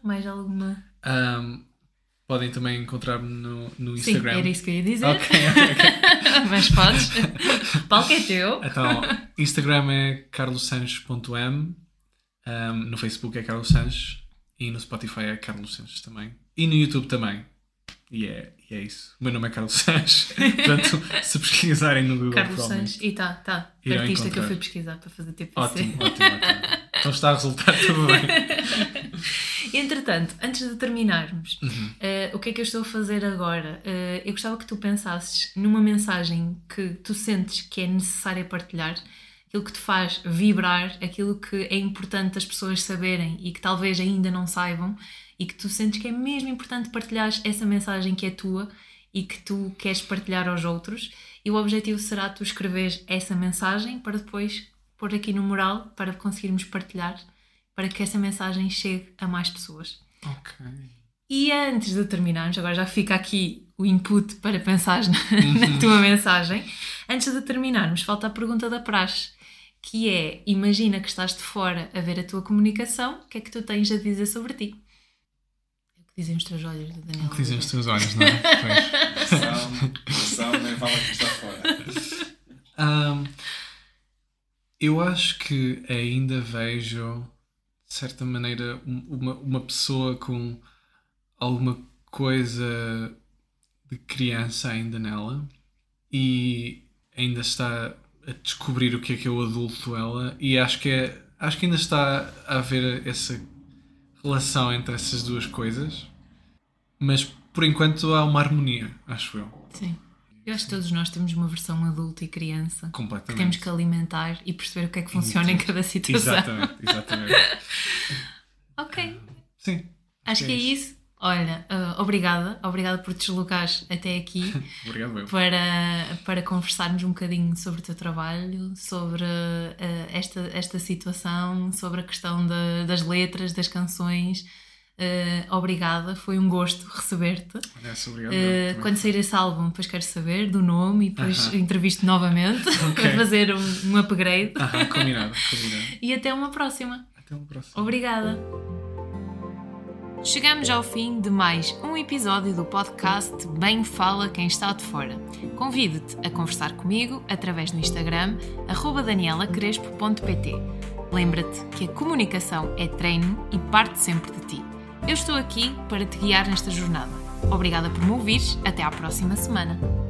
Podem também encontrar-me no Instagram. Sim, era isso que eu ia dizer. Ok. Mas podes. O palco é teu. Então, Instagram é carlosanches.m, no Facebook é Carlos Sanches e no Spotify é Carlos Sanches também. E no YouTube também. E é isso. O meu nome é Carlos Sanches. Portanto, se pesquisarem no Google, Carlos Sanches. E tá. O artista que eu fui pesquisar para fazer TPC. Ótimo. Então está a resultar tudo bem. Entretanto, antes de terminarmos, o que é que eu estou a fazer agora? Eu gostava que tu pensasses numa mensagem que tu sentes que é necessária partilhar, aquilo que te faz vibrar, aquilo que é importante as pessoas saberem e que talvez ainda não saibam e que tu sentes que é mesmo importante partilhares essa mensagem que é tua e que tu queres partilhar aos outros. E o objetivo será tu escreveres essa mensagem para depois pôr aqui no mural para conseguirmos partilhar, para que essa mensagem chegue a mais pessoas. Ok. E antes de terminarmos, agora já fica aqui o input para pensares na tua mensagem. Antes de terminarmos, falta a pergunta da praxe, que é, imagina que estás de fora a ver a tua comunicação, o que é que tu tens a dizer sobre ti? É o que dizem os teus olhos, Daniel. O que dizem os teus olhos, não é? Pressão, nem fala que está fora. Eu acho que ainda vejo, de certa maneira, uma pessoa com alguma coisa de criança ainda nela e ainda está a descobrir o que é o adulto ela, e acho que ainda está a haver essa relação entre essas duas coisas, mas por enquanto há uma harmonia, acho eu. Sim. Eu acho que todos nós temos uma versão adulto e criança que temos que alimentar e perceber o que é que funciona em cada situação. Exatamente. Ok. Sim. Acho que é isso. Olha, obrigada por te deslocares até aqui. Obrigado eu. Para conversarmos um bocadinho sobre o teu trabalho, sobre esta situação, sobre a questão das letras, das canções, Obrigada, foi um gosto receber-te. Obrigado. Quando sair esse álbum, depois quero saber do nome e depois entrevisto novamente para fazer um upgrade. Combinado. E até uma próxima. Até uma próxima. Obrigada. Chegamos ao fim de mais um episódio do podcast Bem Fala Quem Está de Fora. Convido-te a conversar comigo através do Instagram @danielacrespo.pt. Lembra-te que a comunicação é treino e parte sempre de ti. Eu estou aqui para te guiar nesta jornada. Obrigada por me ouvires. Até à próxima semana.